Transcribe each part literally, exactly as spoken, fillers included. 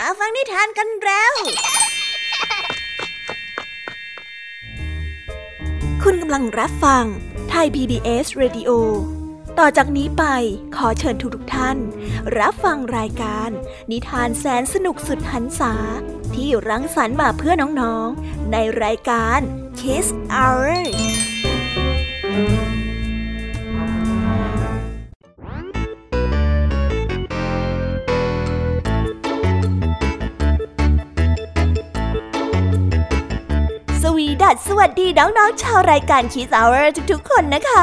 ฟังนิทานกันแล้วคุณกำลังรับฟังไทย พี บี เอส Radio ต่อจากนี้ไปขอเชิญทุกๆท่านรับฟังรายการนิทานแสนสนุกสุดหรรษาที่รังสรรค์มาเพื่อน้องๆในรายการ Kids Hourสวัสดีน้องๆชาวรายการ Kids Hour ทุกๆคนนะคะ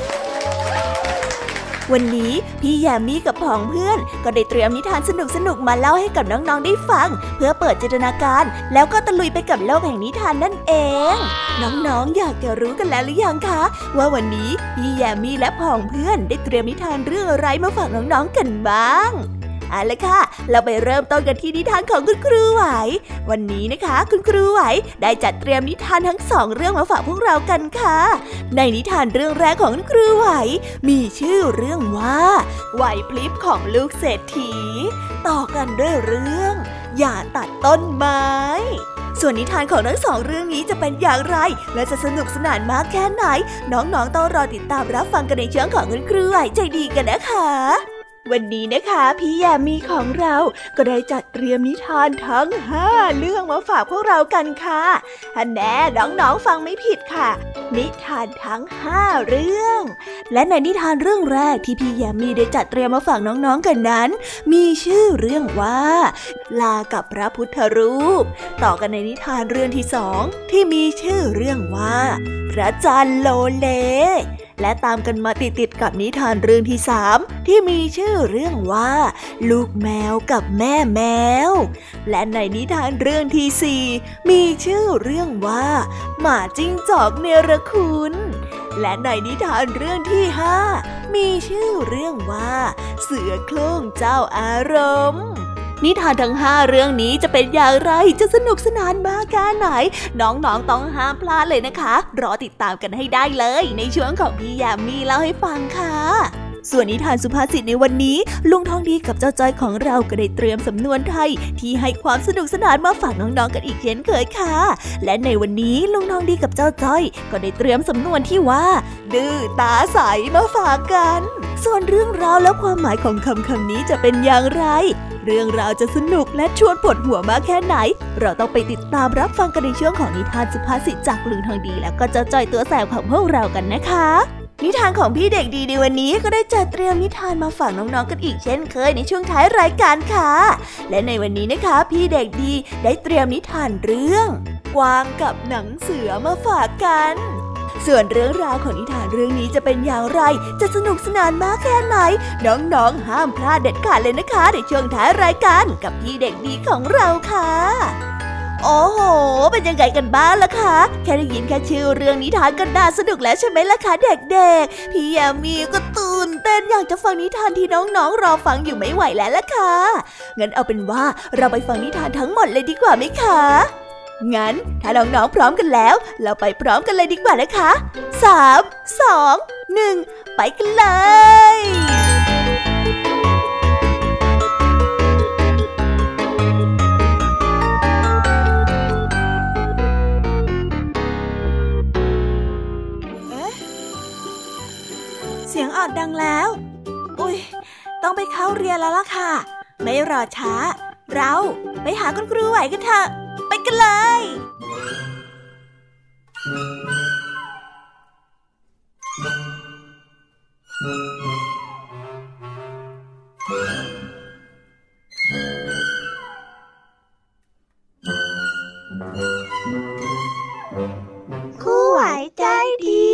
วันนี้พี่แยมมี่กับผองเพื่อนก็ได้เตรียมนิทานสนุกๆมาเล่าให้กับน้องๆได้ฟังเพื่อเปิดจินตนาการแล้วก็ตะลุยไปกับโลกแห่งนิทานนั่นเองน้องๆอยากจะรู้กันแล้วหรือยังคะว่าวันนี้พี่แยมมี่และผองเพื่อนได้เตรียมนิทานเรื่องอะไรมาฝากน้องๆกันบ้างเอาละค่ะเราไปเริ่มต้นกันที่นิทานของคุณครูไหววันนี้นะคะคุณครูไหวได้จัดเตรียมนิทานทั้งสองเรื่องมาฝากพวกเรากันค่ะในนิทานเรื่องแรกของคุณครูไหวมีชื่อเรื่องว่าไหวพลิบของลูกเศรษฐีต่อกันด้วยเรื่องอย่าตัดต้นไม้ส่วนนิทานของทั้งสองเรื่องนี้จะเป็นอย่างไรและจะสนุกสนานมากแค่ไหนน้องๆต้องรอติดตามรับฟังกันในช่วงของคุณครูไหวใจดีกันนะคะวันนี้นะคะพี่ยามีของเราก็ได้จัดเตรียมนิทานทั้งห้าเรื่องมาฝากพวกเรากันค่ะอันแน่น้องๆฟังไม่ผิดค่ะนิทานทั้งห้าเรื่องและในนิทานเรื่องแรกที่พี่ยามีได้จัดเตรียมมาฝากน้องๆกันนั้นมีชื่อเรื่องว่าลากับพระพุทธรูปต่อกันในนิทานเรื่องที่สองที่มีชื่อเรื่องว่าพระจันทร์โลเลและตามกันมาติดๆกับนิทานเรื่องที่สามที่มีชื่อเรื่องว่าลูกแมวกับแม่แมวและในนิทานเรื่องที่สี่มีชื่อเรื่องว่าหมาจิ้งจอกเนรคุณและในนิทานเรื่องที่ห้ามีชื่อเรื่องว่าเสือโคร่งเจ้าอารมณ์นิทานทั้งห้าเรื่องนี้จะเป็นอย่างไรจะสนุกสนานมากแค่ไหนน้องๆต้องห้ามพลาดเลยนะคะรอติดตามกันให้ได้เลยในช่วงของพี่ยามีเล่าให้ฟังค่ะส่วนนิทานสุภาษิตในวันนี้ลุงทองดีกับเจ้าจ้อยของเราก็ได้เตรียมสำนวนไทยที่ให้ความสนุกสนานมาฝากน้องๆกันอีกเช่นเคยค่ะและในวันนี้ลุงทองดีกับเจ้าจ้อยก็ได้เตรียมสำนวนที่ว่าดื้อตาใสมาฝากกันส่วนเรื่องราวและความหมายของคำคำนี้จะเป็นอย่างไรเรื่องราวจะสนุกและชวนปวดหัวมากแค่ไหนเราต้องไปติดตามรับฟังกันในช่วงของนิทานสุภาษิตจากลุงทองดีแล้วก็เจ้าจ้อยตัวแสบของพวกเรากันนะคะนิทานของพี่เด็กดีในวันนี้ก็ได้จัดเตรียมนิทานมาฝากน้องๆกันอีกเช่นเคยในช่วงท้ายรายการค่ะและในวันนี้นะคะพี่เด็กดีได้เตรียมนิทานเรื่องกวางกับหนังเสือมาฝากกันส่วนเรื่องราวของนิทานเรื่องนี้จะเป็นอย่างไรจะสนุกสนานมากแค่ไหนน้องๆห้ามพลาดเด็ดขาดเลยนะคะในช่วงท้ายรายการกับพี่เด็กดีของเราค่ะโอ้โหเป็นยังไงกันบ้างล่ะคะแค่ได้ยินแค่ชื่อเรื่องนิทานก็น่าสนุกแล้วใช่ไหมล่ะคะเด็กๆพี่ยามีก็ตื่นเต้นอยากจะฟังนิทานที่น้องๆรอฟังอยู่ไม่ไหวแล้วล่ะค่ะงั้นเอาเป็นว่าเราไปฟังนิทานทั้งหมดเลยดีกว่าไหมคะงั้นถ้าน้องๆพร้อมกันแล้วเราไปพร้อมกันเลยดีกว่านะคะสาม สอง หนึ่งไปกันเลยเสียงออดดังแล้วอุ๊ยต้องไปเข้าเรียนแล้วล่ะค่ะไม่รอช้าเราไปหาคุณครูไหวกันเถอะไปกันเลยครูไหวใจดี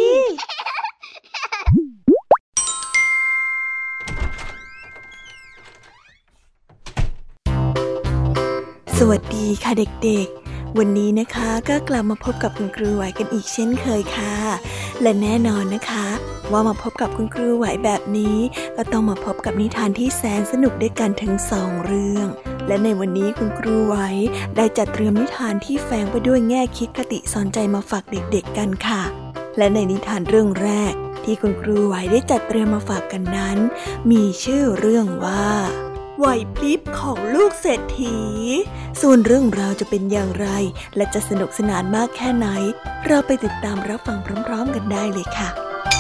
สวัสดีค่ะเด็กๆวันนี้นะคะก็กลับมาพบกับคุณครูไหวกันอีกเช่นเคยค่ะและแน่นอนนะคะว่ามาพบกับคุณครูไหวแบบนี้ก็ต้องมาพบกับนิทานที่แสนสนุกด้วยกันทั้งสองเรื่องและในวันนี้คุณครูไหวได้จัดเตรียมนิทานที่แฝงไปด้วยแง่คิดคติสอนใจมาฝากเด็กๆกันค่ะและในนิทานเรื่องแรกที่คุณครูไหวได้จัดเตรียมมาฝากกันนั้นมีชื่อเรื่องว่าไหวพริบของลูกเศรษฐีส่วนเรื่องราวจะเป็นอย่างไรและจะสนุกสนานมากแค่ไหนเราไปติดตามรับฟังพร้อมๆกันได้เลยค่ะ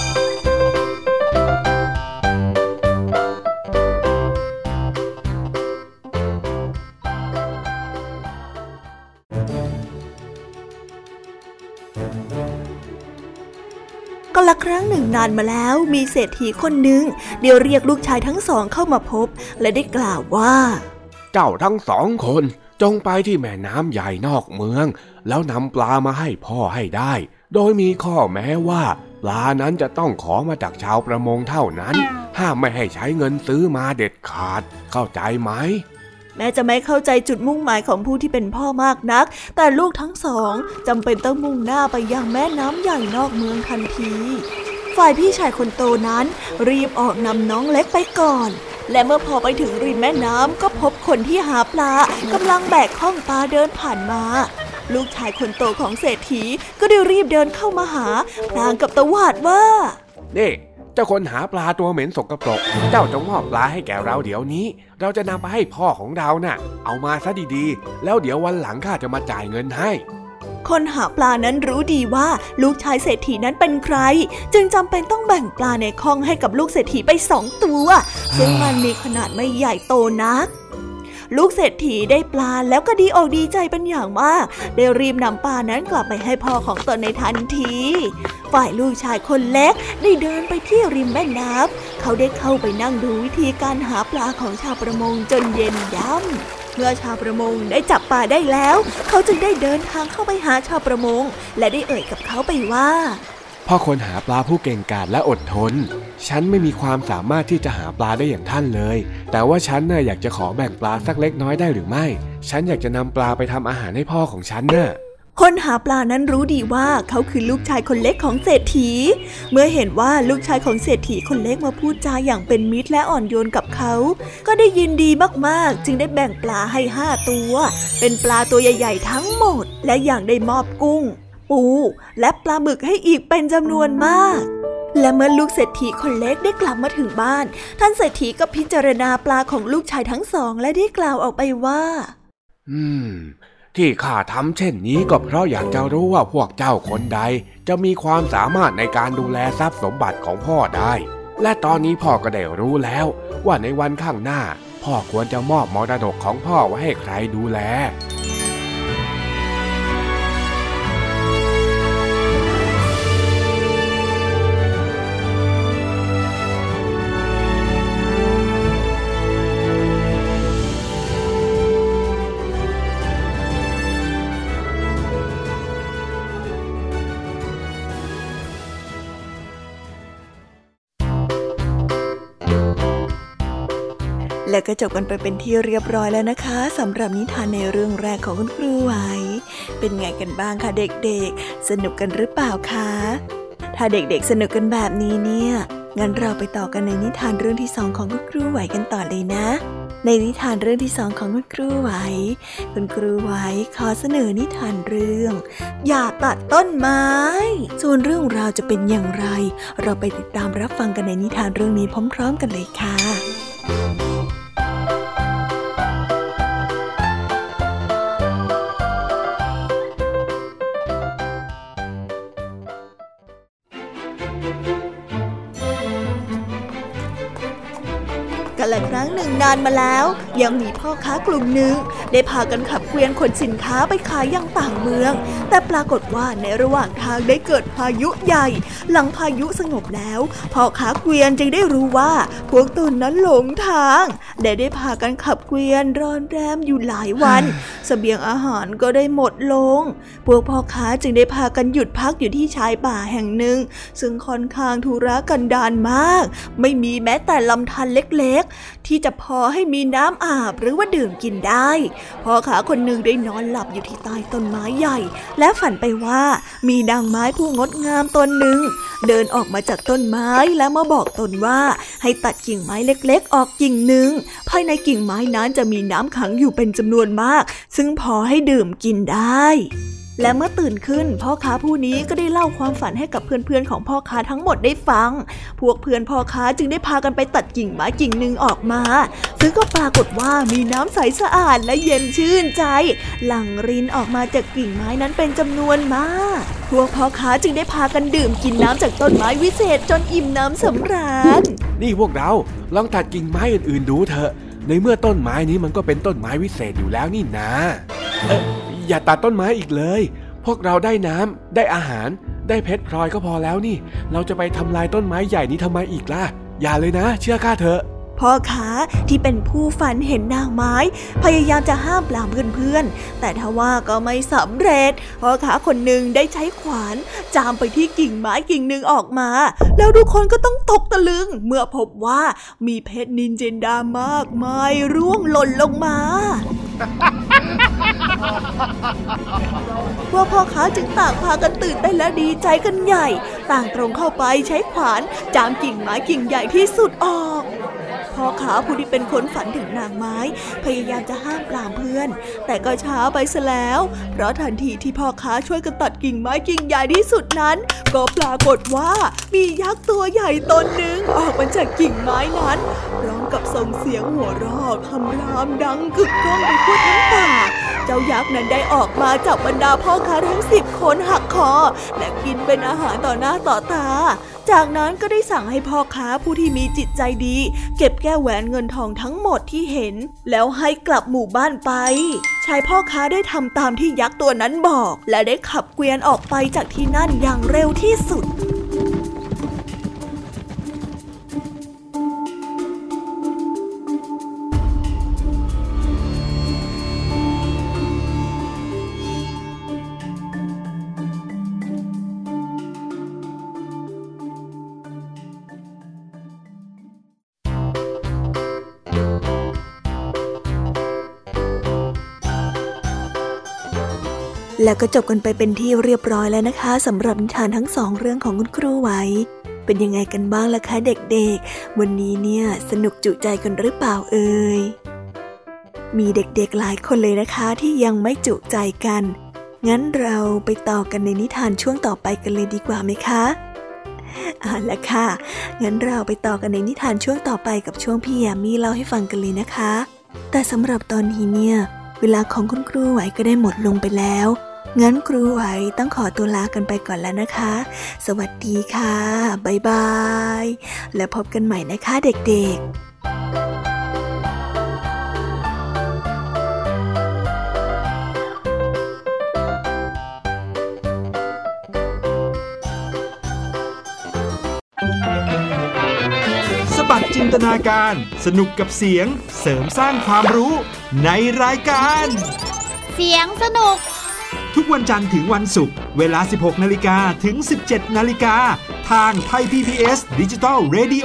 ก็ละครั้งหนึ่งนานมาแล้วมีเศรษฐีคนหนึ่งเดี๋ยวเรียกลูกชายทั้งสองเข้ามาพบและได้กล่าวว่าเจ้าทั้งสองคนจงไปที่แม่น้ำใหญ่นอกเมืองแล้วนำปลามาให้พ่อให้ได้โดยมีข้อแม้ว่าปลานั้นจะต้องขอมาจากชาวประมงเท่านั้นห้ามไม่ให้ใช้เงินซื้อมาเด็ดขาดเข้าใจไหมแม้จะไม่เข้าใจจุดมุ่งหมายของผู้ที่เป็นพ่อมากนักแต่ลูกทั้งสองจำเป็นต้องมุ่งหน้าไปยังแม่น้ำใหญ่นอกเมืองทันทีฝ่ายพี่ชายคนโตนั้นรีบออกนำน้องเล็กไปก่อนและเมื่อพอไปถึงริมแม่น้ำก็พบคนที่หาปลากำลังแบกข้องปลาเดินผ่านมาลูกชายคนโตของเศรษฐีก็ได้รีบเดินเข้ามาหาพลางกับตวาดว่านี่เจ้าคนหาปลาตัวเหม็นสกปรกเจ้าจงมอบปลาให้แก่เราเดี๋ยวนี้เราจะนำไปให้พ่อของเราน่ะเอามาซะดีๆแล้วเดี๋ยววันหลังข้าจะมาจ่ายเงินให้คนหาปลานั้นรู้ดีว่าลูกชายเศรษฐีนั้นเป็นใครจึงจำเป็นต้องแบ่งปลาในคลองให้กับลูกเศรษฐีไปสองตัวซึ่งมันมีขนาดไม่ใหญ่โตนักลูกเศรษฐีได้ปลาแล้วก็ดีอกดีใจเป็นอย่างมากได้รีบนำปลานั้นกลับไปให้พ่อของตนในทันทีฝ่ายลูกชายคนเล็กได้เดินไปที่ริมแม่น้ำเขาได้เข้าไปนั่งดูวิธีการหาปลาของชาวประมงจนเย็นย่ำเมื่อชาวประมงได้จับปลาได้แล้วเขาจึงได้เดินทางเข้าไปหาชาวประมงและได้เอ่ยกับเขาไปว่าพ่อคนหาปลาผู้เก่งกาจและอดทนฉันไม่มีความสามารถที่จะหาปลาได้อย่างท่านเลยแต่ว่าฉันน่ะอยากจะขอแบ่งปลาสักเล็กน้อยได้หรือไม่ฉันอยากจะนำปลาไปทำอาหารให้พ่อของฉันน่ะคนหาปลานั้นรู้ดีว่าเขาคือลูกชายคนเล็กของเศรษฐีเมื่อเห็นว่าลูกชายของเศรษฐีคนเล็กมาพูดจาอย่างเป็นมิตรและอ่อนโยนกับเขาก็ได้ยินดีมากๆจึงได้แบ่งปลาให้ห้าตัวเป็นปลาตัวใหญ่ๆทั้งหมดและอย่างได้มอบกุ้งปูและปลาหมึกให้อีกเป็นจำนวนมากและเมื่อลูกเศรษฐีคนเล็กได้กลับมาถึงบ้านท่านเศรษฐีก็พิจารณาปลาของลูกชายทั้งสองและได้กล่าวออกไปว่าอืมที่ข้าทำเช่นนี้ก็เพราะอยากจะรู้ว่าพวกเจ้าคนใดจะมีความสามารถในการดูแลทรัพย์สมบัติของพ่อได้และตอนนี้พ่อก็ได้รู้แล้วว่าในวันข้างหน้าพ่อควรจะมอบมรดกของพ่อไว้ให้ใครดูแลและก็จบกันไปเป็นที่เรียบร้อยแล้วนะคะสำหรับนิทานในเรื่องแรกของคุณครูไหวเป็นไงกันบ้างคะเด็กๆสนุกกันหรือเปล่าคะถ้าเด็กๆสนุกกันแบบนี้เนี่ยงั้นเราไปต่อกันในนิทานเรื่องที่สองของคุณครูไหวกันต่อเลยนะในนิทานเรื่องที่สองของคุณครูไหวคุณครูไหวขอเสนอนิทานเรื่องอย่าตัดต้นไม้ส่วนเรื่องราวจะเป็นอย่างไรเราไปติดตามรับฟังกันในนิทานเรื่องนี้พร้อมๆกันเลยค่ะกันละครั้งหนึ่งนานมาแล้วยังมีพ่อค้ากลุ่มหนึ่งได้พากันขับเกวียนขนสินค้าไปขายยังต่างเมืองแต่ปรากฏว่าในระหว่างทางได้เกิดพายุใหญ่หลังพายุสงบแล้วพ่อค้าเกวียนจึงได้รู้ว่าพวกตนนั้นหลงทางและได้พากันขับเกวียนรอนแรมอยู่หลายวันเสบียงอาหารก็ได้หมดลงพวกพ่อค้าจึงได้พากันหยุดพักอยู่ที่ชายป่าแห่งหนึ่งซึ่งค่อนข้างทุรกันดารมากไม่มีแม้แต่ลำธารเล็กๆที่จะพอให้มีน้ำอาบหรือว่าดื่มกินได้พ่อค้าคนหนึ่งได้นอนหลับอยู่ที่ใต้ต้นไม้ใหญ่และฝันไปว่ามีนางไม้ผู้งดงามตนหนึ่งเดินออกมาจากต้นไม้และมาบอกตนว่าให้ตัดกิ่งไม้เล็กๆออกกิ่งหนึ่งภายในกิ่งไม้นั้นจะมีน้ำขังอยู่เป็นจำนวนมากซึ่งพอให้ดื่มกินได้และเมื่อตื่นขึ้นพ่อค้าผู้นี้ก็ได้เล่าความฝันให้กับเพื่อนๆของพ่อค้าทั้งหมดได้ฟังพวกเพื่อนพ่อค้าจึงได้พากันไปตัดกิ่งไม้กิ่งหนึ่งออกมาซึ่งก็ปรากฏว่ามีน้ำใสสะอาดและเย็นชื่นใจหลั่งรินออกมาจากกิ่งไม้นั้นเป็นจำนวนมากพวกพ่อค้าจึงได้พากันดื่มกินน้ำจากต้นไม้วิเศษจนอิ่มน้ำสำราญนี่พวกเราลองตัดกิ่งไม้อื่นๆดูเถอะในเมื่อต้นไม้นี้มันก็เป็นต้นไม้วิเศษอยู่แล้วนี่นะเอ๊ะอย่าตัดต้นไม้อีกเลยพวกเราได้น้ำได้อาหารได้เพชรพลอยก็พอแล้วนี่เราจะไปทำลายต้นไม้ใหญ่นี้ทำไมอีกล่ะอย่าเลยนะเชื่อข้าเถอะพ่อค้าที่เป็นผู้ฝันเห็นนางไม้พยายามจะห้ามปรามเพื่อนๆแต่ทว่าก็ไม่สำเร็จพ่อค้าคนหนึ่งได้ใช้ขวานจามไปที่กิ่งไม้กิ่งหนึ่งออกมาแล้วทุกคนก็ต้องตกตะลึงเมื่อพบว่ามีเพชรนินจินดามากมายร่วงหล่นลงมาพวกพ่อค้าจึงต่างพากันตื่นเต้นและดีใจกันใหญ่ต่างตรงเข้าไปใช้ขวานจามกิ่งไม้กิ่งใหญ่ที่สุดออกพ่อค้าผู้ที่เป็นคนฝันถึงนางไม้พยายามจะห้ามปรามเพื่อนแต่ก็ช้าไปซะแล้วเพราะทันทีที่พ่อค้าช่วยกันตัดกิ่งไม้กิ่งใหญ่ที่สุดนั้นก็ปรากฏว่ามียักษ์ตัวใหญ่ตนหนึ่งออกมาจากกิ่งไม้นั้นพร้อมกับส่งเสียงหัวเราะคำรามดังกึกก้องไปทั่วทั้งป่าเจ้ายักษ์นั้นได้ออกมาจับบรรดาพ่อค้าทั้งสิบคนหักคอและกินเป็นอาหารต่อหน้าต่อตาจากนั้นก็ได้สั่งให้พ่อค้าผู้ที่มีจิตใจดีเก็บแก้วแหวนเงินทองทั้งหมดที่เห็นแล้วให้กลับหมู่บ้านไปชายพ่อค้าได้ทำตามที่ยักษ์ตัวนั้นบอกและได้ขับเกวียนออกไปจากที่นั่นอย่างเร็วที่สุดแล้วก็จบกันไปเป็นที่เรียบร้อยแล้วนะคะสำหรับนิทานทั้งสองเรื่องของคุณครูไหวเป็นยังไงกันบ้างล่ะคะเด็กๆวันนี้เนี่ยสนุกจุใจกันหรือเปล่าเอ่ยมีเด็กๆหลายคนเลยนะคะที่ยังไม่จุใจกันงั้นเราไปต่อกันในนิทานช่วงต่อไปกันเลยดีกว่าไหมคะเอาล่ะค่ะงั้นเราไปต่อกันในนิทานช่วงต่อไปกับช่วงพี่แยมมี่เล่าให้ฟังกันเลยนะคะแต่สำหรับตอนนี้เนี่ยเวลาของคุณครูไหวก็ได้หมดลงไปแล้วงั้นครูไหวต้องขอตัวลากันไปก่อนแล้วนะคะสวัสดีค่ะบ๊ายบายแล้วพบกันใหม่นะคะเด็กๆสบัดจินตนาการสนุกกับเสียงเสริมสร้างความรู้ในรายการเสียงสนุกทุกวันจันทร์ถึงวันศุกร์เวลา สิบหกนาฬิกา ถึง สิบเจ็ดนาฬิกา ทางไทย พี บี เอส Digital Radio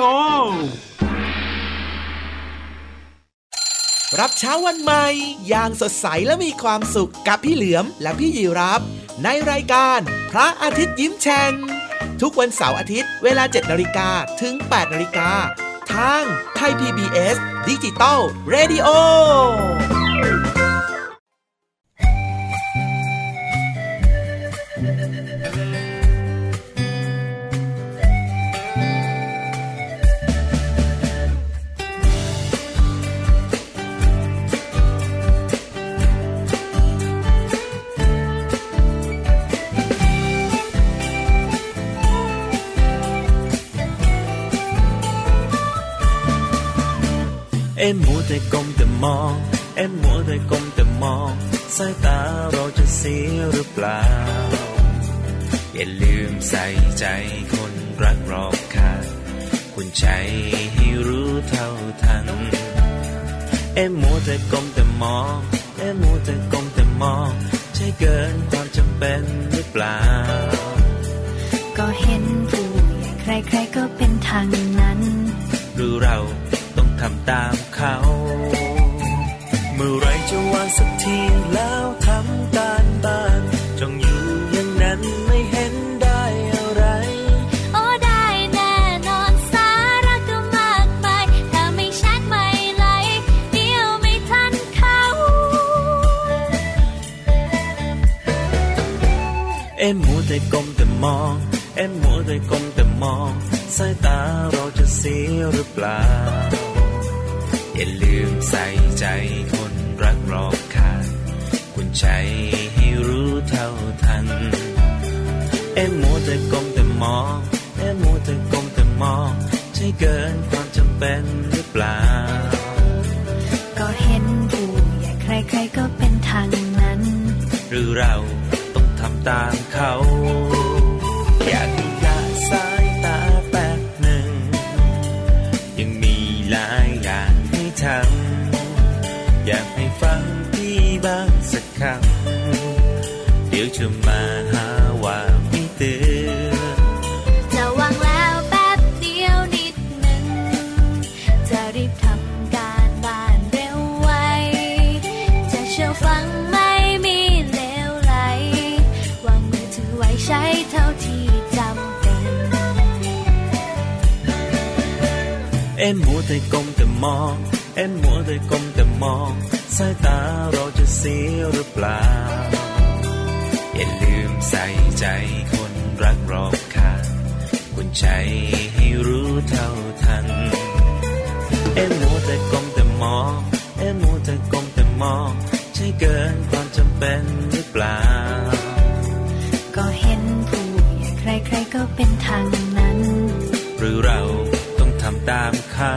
รับเช้าวันใหม่อย่างสดใสและมีความสุขกับพี่เหลือมและพี่ยีรับในรายการพระอาทิตย์ยิ้มแฉ่งทุกวันเสาร์อาทิตย์เวลา เจ็ดนาฬิกา ถึง แปดนาฬิกา ทางไทย พี บี เอส Digital Radio เอ็มมัวแต่ก้มแต่มองเอ็มมัวแต่ก้มแต่มองสายตาเราจะเสียหรือเปล่าอย่าลืมใส่ใจคนรักรอบข้างคุณใจให้รู้เท่าทันเอ็มมัวแต่ก้มแต่มองเอ็มมัวแต่ก้มแต่มองใช่เกินความจำเป็นหรือเปล่าก็เห็นผู้ใหญ่ใครๆก็เป็นทางนั้นหรือเราต้องทำตามเขาเมื่อไรจะวางสักทีแล้วทำการบ้านจ้องอยู่อย่างนั้นไม่เห็นได้อะไรโอ้ได้แน่นอนสาระก็มากมายถ้าไม่ชัดไม่ไหลเดี๋ยวไม่ทันเขาอ็มมัวแต่ก้มแต่มองเอ็มมัวแต่ก้มแต่มองสายตาเราจะเสียหรือเปล่าอย่าลืมใส่ใจคนรักรอบข้างคุณใจให้รู้เท่าทันเอ็มมัวแต่ก้มแต่มองเอ็มมัวแต่ก้มแต่มองใช่เกินความจำเป็นหรือเปล่าก็เห็นผู้ใหญ่ใครๆก็เป็นทางนั้นหรือเราต้องทำตามเขาอยากให้ละสายตาแป๊บหนึ่งยังมีหลายอย่างให้ทำอยากให้ฟังพี่บ้างสักคำเดี๋ยวจะมาหาว่าไม่เตือนจะวางแล้วแป๊บเดียวนิดหนึ่งจะรีบทำการบ้านเร็วไวจะเชื่อฟังไม่มีเลวไหลวางมือถือไว้ใช้เท่าที่จำเป็นเอ็มมัวแต่ก้มแต่มองเอ็มมัวแต่ก้มแต่มองสายตาเราจะเสียหรือเปล่าอย่าลืมใส่ใจคนรักรอบข้างคุณใจให้รู้เท่าทันเอ็มมัวแต่ก้มแต่มองเอ็มมัวแต่ก้มแต่มองใช่เกินความจำเป็นหรือเปล่าก็เห็นผู้ใหญ่ใครๆก็เป็นทางนั้นหรือเราต้องทำตามเขา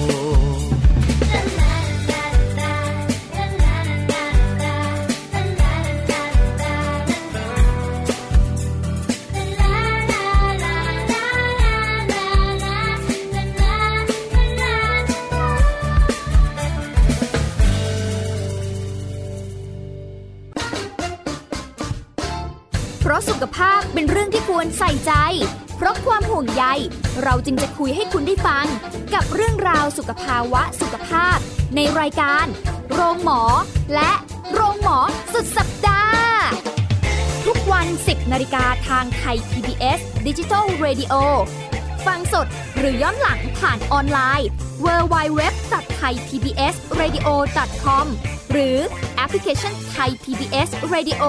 เพราะสุขภาพเป็นเรื่องที่ควรใส่ใจเพราะความห่วงใยเราจึงจะคุยให้คุณได้ฟังกับเรื่องราวสุขภาวะสุขภาพในรายการโรงหมอและโรงหมอสุดสัปดาห์ทุกวัน สิบนาฬิกาทางไทย พี บี เอส Digital Radio ฟังสดหรือย้อนหลังผ่านออนไลน์ ดับเบิลยู ดับเบิลยู ดับเบิลยู ดอท ไทยพีบีเอสเรดิโอ ดอท คอม หรือแอปพลิเคชัน Thai พี บี เอส Radio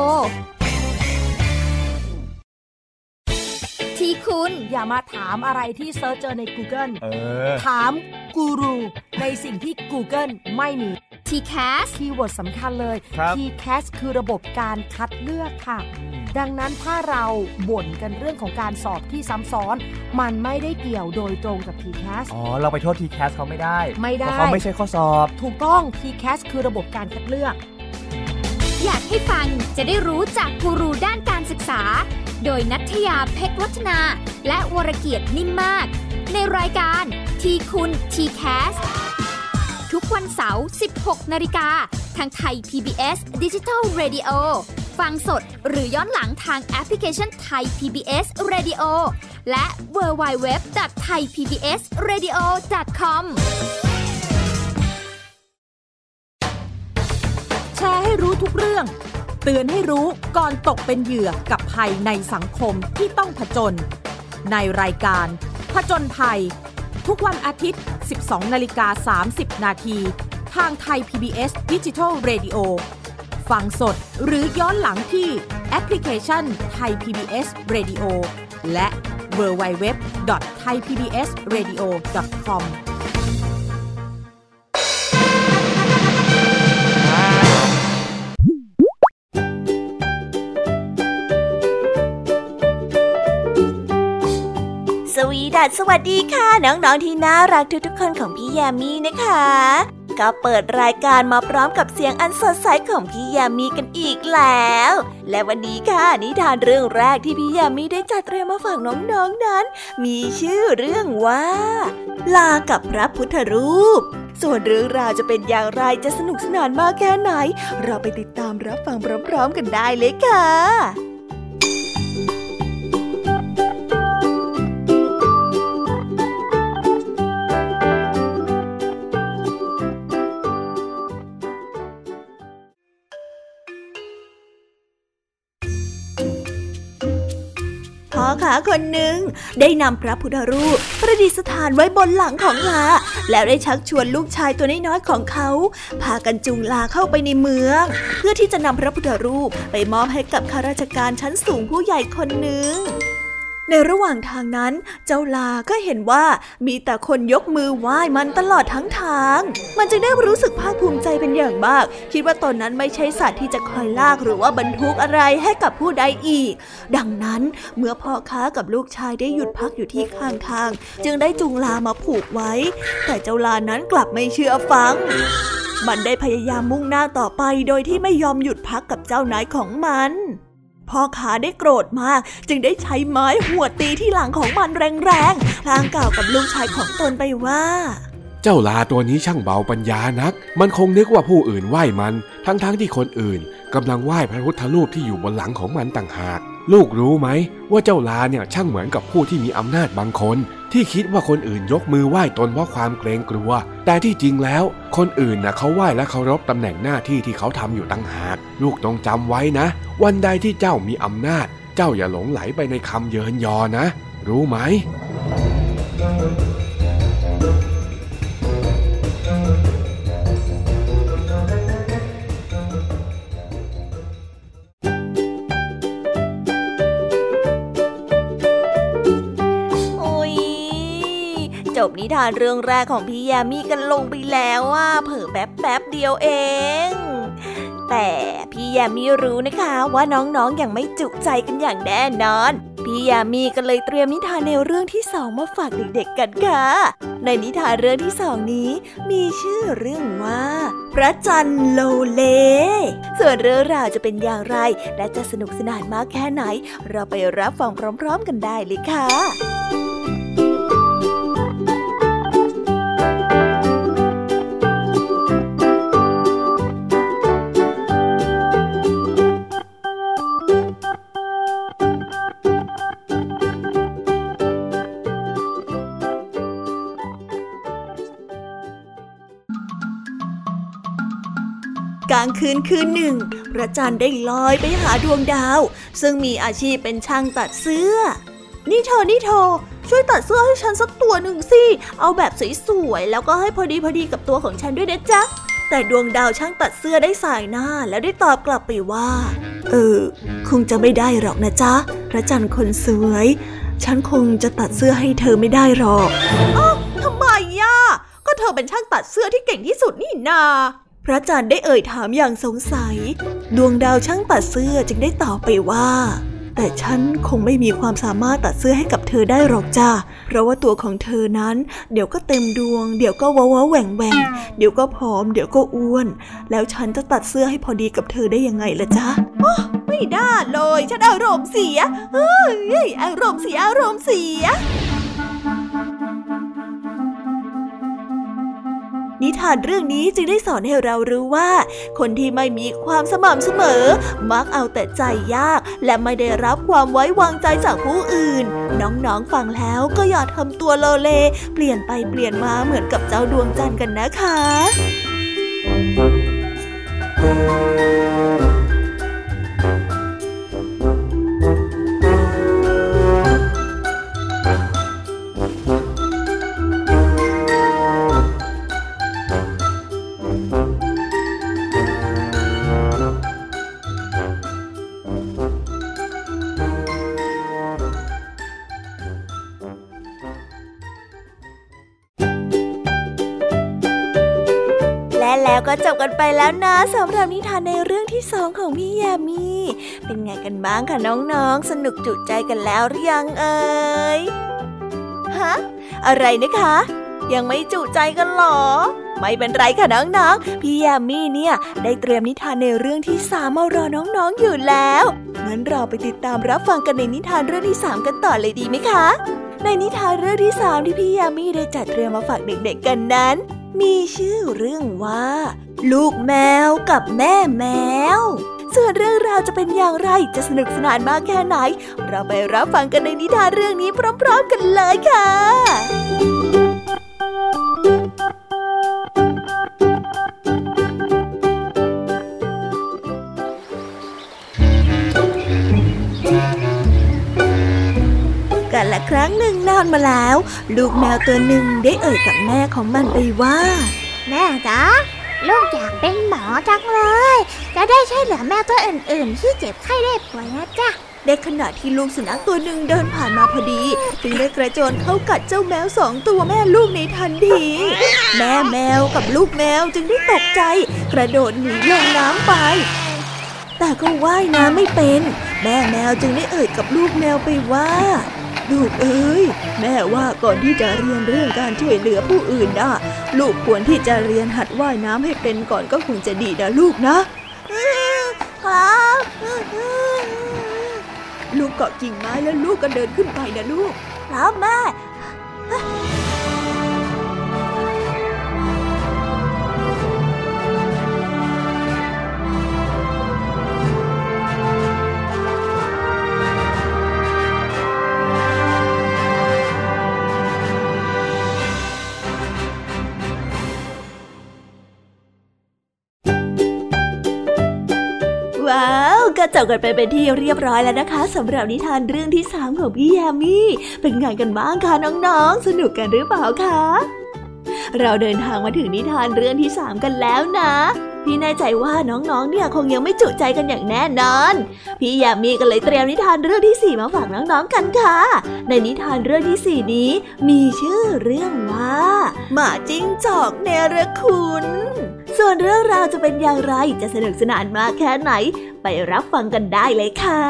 ที่คุณอย่ามาถามอะไรที่เซิร์ชเจอใน Google เออถามกูรูในสิ่งที่ Google ไม่มีที แคสคีย์เวิร์ดสำคัญเลย ที แคส คือระบบการคัดเลือกค่ะดังนั้นถ้าเราบ่นกันเรื่องของการสอบที่ซ้ำซ้อนมันไม่ได้เกี่ยวโดยตรงกับ ที แคสอ๋อเราไปโทษ ที แคส เขาไม่ได้ไม่ได้เพราะเขาไม่ใช่ข้อสอบถูกต้อง ที แคส คือระบบการคัดเลือกอยากให้ฟังจะได้รู้จากกูรูด้านการศึกษาโดยณัฐยาเพชรวัฒนาและวรเกียรตินิ่มมากในรายการทีคุณ ที แคส ทุกวันเสาร์ สิบหกนาฬิกาทางไทย พี บี เอส Digital Radio ฟังสดหรือย้อนหลังทางแอปพลิเคชัน Thai พี บี เอส Radio และ ดับเบิลยู ดับเบิลยู ดับเบิลยู ดอท ไทยพีบีเอสเรดิโอ ดอท คอมแชร์ให้รู้ทุกเรื่องเตือนให้รู้ก่อนตกเป็นเหยื่อกับภัยในสังคมที่ต้องผจญในรายการผจญภัยทุกวันอาทิตย์ สิบสองนาฬิกาสามสิบนาทีทางไทย พี บี เอส Digital Radio ฟังสดหรือย้อนหลังที่แอปพลิเคชัน Thai พี บี เอส Radio และ ดับเบิลยู ดับเบิลยู ดับเบิลยู ดอท ไทยพีบีเอสเรดิโอ ดอท คอมสวีดัสสวัสดีค่ะน้องๆที่น่ารักทุกๆคนของพี่ยามีนะคะก็เปิดรายการมาพร้อมกับเสียงอันสดใสของพี่ยามีกันอีกแล้วและวันนี้ค่ะนิทานเรื่องแรกที่พี่ยามีได้จัดเตรียมมาฝากน้องๆ น, นั้นมีชื่อเรื่องว่าลากับพระพุทธรูปส่วนเรื่องราวจะเป็นอย่างไรจะสนุกสนานมากแค่ไหนเราไปติดตามรับฟังพร้อมๆกันได้เลยค่ะพค้าคนหนึ่งได้นำพระพุทธรูปประดิษฐานไว้บนหลังของลาแล้วได้ชักชวนลูกชายตัวน้อยๆของเขาพากันจูงลาเข้าไปในเมืองเพื่อที่จะนำพระพุทธรูปไปมอบให้กับข้าราชการชั้นสูงผู้ใหญ่คนหนึ่งในระหว่างทางนั้นเจ้าลาก็เห็นว่ามีแต่คนยกมือไหว้มันตลอดทั้งทางมันจึงได้รู้สึกภาคภูมิใจเป็นอย่างมากคิดว่าตนนั้นไม่ใช่สัตว์ที่จะคอยลากหรือว่าบรรทุกอะไรให้กับผู้ใดอีกดังนั้นเมื่อพ่อค้ากับลูกชายได้หยุดพักอยู่ที่ข้างทางจึงได้จูงลามาผูกไว้แต่เจ้าลานั้นกลับไม่เชื่อฟังมันได้พยายามมุ่งหน้าต่อไปโดยที่ไม่ยอมหยุดพักกับเจ้านายของมันพ่อค้าได้โกรธมากจึงได้ใช้ไม้หวดตีที่หลังของมันแรงๆพลางกล่าวกับลูกชายของตนไปว่าเจ้าลาตัวนี้ช่างเบาปัญญานักมันคงนึกว่าผู้อื่นไหว้มันทั้งๆ ท, ที่คนอื่นกำลังไหว้พระพุทธรูปที่อยู่บนหลังของมันต่างหากลูกรู้ไหมว่าเจ้าลาเนี่ยช่างเหมือนกับผู้ที่มีอำนาจบางคนที่คิดว่าคนอื่นยกมือไหว้ตนเพราะความเกรงกลัวแต่ที่จริงแล้วคนอื่นน่ะเขาไหว้และเคารพตำแหน่งหน้าที่ที่เขาทำอยู่ต่างหากลูกต้องจำไว้นะวันใดที่เจ้ามีอำนาจเจ้าอย่าหลงไหลไปในคำเยินยอนะรู้ไหมจบนิทานเรื่องแรกของพี่ยามีกันลงไปแล้วว่าเผลอแป๊บแป๊บเดียวเองแต่พี่ยามีรู้นะคะว่าน้องๆ อ, อย่างไม่จุใจกันอย่างแน่นอนพี่ยามีก็เลยเตรียมนิทานในเรื่องที่สองมาฝากเด็กๆกันค่ะในนิทานเรื่องที่สองนี้มีชื่อเรื่องว่าพระจันทร์โลเลส่วนเรื่องราวจะเป็นอย่างไรและจะสนุกสนานมากแค่ไหนเราไปรับฟังพร้อมๆกันได้เลยค่ะกลางคืนคืนหนึ่งพระจันทร์ได้ลอยไปหาดวงดาวซึ่งมีอาชีพเป็นช่างตัดเสื้อนี่เธอนี่เธอช่วยตัดเสื้อให้ฉันสักตัวหนึ่งสิเอาแบบสวยๆแล้วก็ให้พอดีพอดีกับตัวของฉันด้วยนะจ๊ะแต่ดวงดาวช่างตัดเสื้อได้สายหน้าแล้วได้ตอบกลับไปว่าเออคงจะไม่ได้หรอกนะจ๊ะพระจันทร์คนสวยฉันคงจะตัดเสื้อให้เธอไม่ได้หรอกอ้าวทำไมย่ะก็เธอเป็นช่างตัดเสื้อที่เก่งที่สุดนี่นาพระจันทร์ได้เอ่ยถามอย่างสงสัยดวงดาวช่างตัดเสื้อจึงได้ตอบไปว่าแต่ฉันคงไม่มีความสามารถตัดเสื้อให้กับเธอได้หรอกจ้าเพราะว่าตัวของเธอนั้นเดี๋ยวก็เต็มดวงเดี๋ยวก็ว้าวแหว่งแหว่งเดี๋ยวก็ผอมเดี๋ยวก็อ้วนแล้วฉันจะตัดเสื้อให้พอดีกับเธอได้ยังไงล่ะจ๊ะไม่ได้เลยฉันอารมณ์เสียเฮ้ยอารมณ์เสียอารมณ์เสียนิทานเรื่องนี้จึงได้สอนให้เรารู้ว่าคนที่ไม่มีความสม่ำเสมอมักเอาแต่ใจยากและไม่ได้รับความไว้วางใจจากผู้อื่นน้องๆฟังแล้วก็อย่าทำตัวโลเลเปลี่ยนไปเปลี่ยนมาเหมือนกับเจ้าดวงจันทร์กันนะคะแล้วก็จบกันไปแล้วนะสำหรับนิทานในเรื่องที่สองของพี่ยามีเป็นไงกันบ้างคะน้องๆสนุกจุใจกันแล้วหรือยังเอ่ยฮะอะไรนะคะยังไม่จุใจกันหรอไม่เป็นไรค่ะน้องๆพี่ยามีเนี่ยได้เตรียมนิทานในเรื่องที่สามมารอน้องๆอยู่แล้วงั้นเราไปติดตามรับฟังกันในนิทานเรื่องที่สามกันต่อเลยดีไหมคะในนิทานเรื่องที่สามที่พี่ยามีได้จัดเตรียมมาฝากเด็กๆกันนั้นมีชื่อเรื่องว่าลูกแมวกับแม่แมวส่วนเรื่องราวจะเป็นอย่างไรจะสนุกสนานมากแค่ไหนเราไปรับฟังกันในนิทานเรื่องนี้พร้อมๆกันเลยค่ะครั้งหนึ่งนานมาแล้วลูกแมวตัวหนึ่งได้เอ่ยกับแม่ของมันไปว่าแม่จ๊ะลูกอยากเป็นหมอจังเลยจะได้ช่วยเหลือแมวตัวอื่นๆที่เจ็บไข้ได้ป่วยนะจ๊ะในขณะที่ลูกสุนัขตัวหนึ่งเดินผ่านมาพอดีจึงได้กระโจนเข้ากัดเจ้าแมวสองตัวแม่ลูกในทันทีแม่แมวกับลูกแมวจึงได้ตกใจกระโดดหนีลงน้ำไปแต่ก็ว่ายน้ำไม่เป็นแม่แมวจึงได้เอ่ยกับลูกแมวไปว่าลูกเอ้ยแม่ว่าก่อนที่จะเรียนเรื่องการช่วยเหลือผู้อื่นนะลูกควรที่จะเรียนหัดว่ายน้ำให้เป็นก่อนก็คงจะดีนะลูกนะครับลูกเกาะกิ่งไม้แล้วลูกก็เดินขึ้นไปนะลูกครับแม่ว้าวก็จบกันไปเป็นที่เรียบร้อยแล้วนะคะสำหรับนิทานเรื่องที่สามของพี่แยมมี่เป็นไงกันบ้างคะน้องๆสนุกกันหรือเปล่าคะเราเดินทางมาถึงนิทานเรื่องที่สามกันแล้วนะพี่แน่ใจว่าน้องๆเนี่ยคงยังไม่จุใจกันอย่างแน่นอนพี่แยมมี่ก็เลยเตรียมนิทานเรื่องที่สี่มาฝากน้องๆกันค่ะในนิทานเรื่องที่สี่นี้มีชื่อเรื่องว่าหมาจิ้งจอกเนรคุณส่วนเรื่องราวจะเป็นอย่างไรจะสนุกสนานมากแค่ไหนไปรับฟังกันได้เลยค่ะ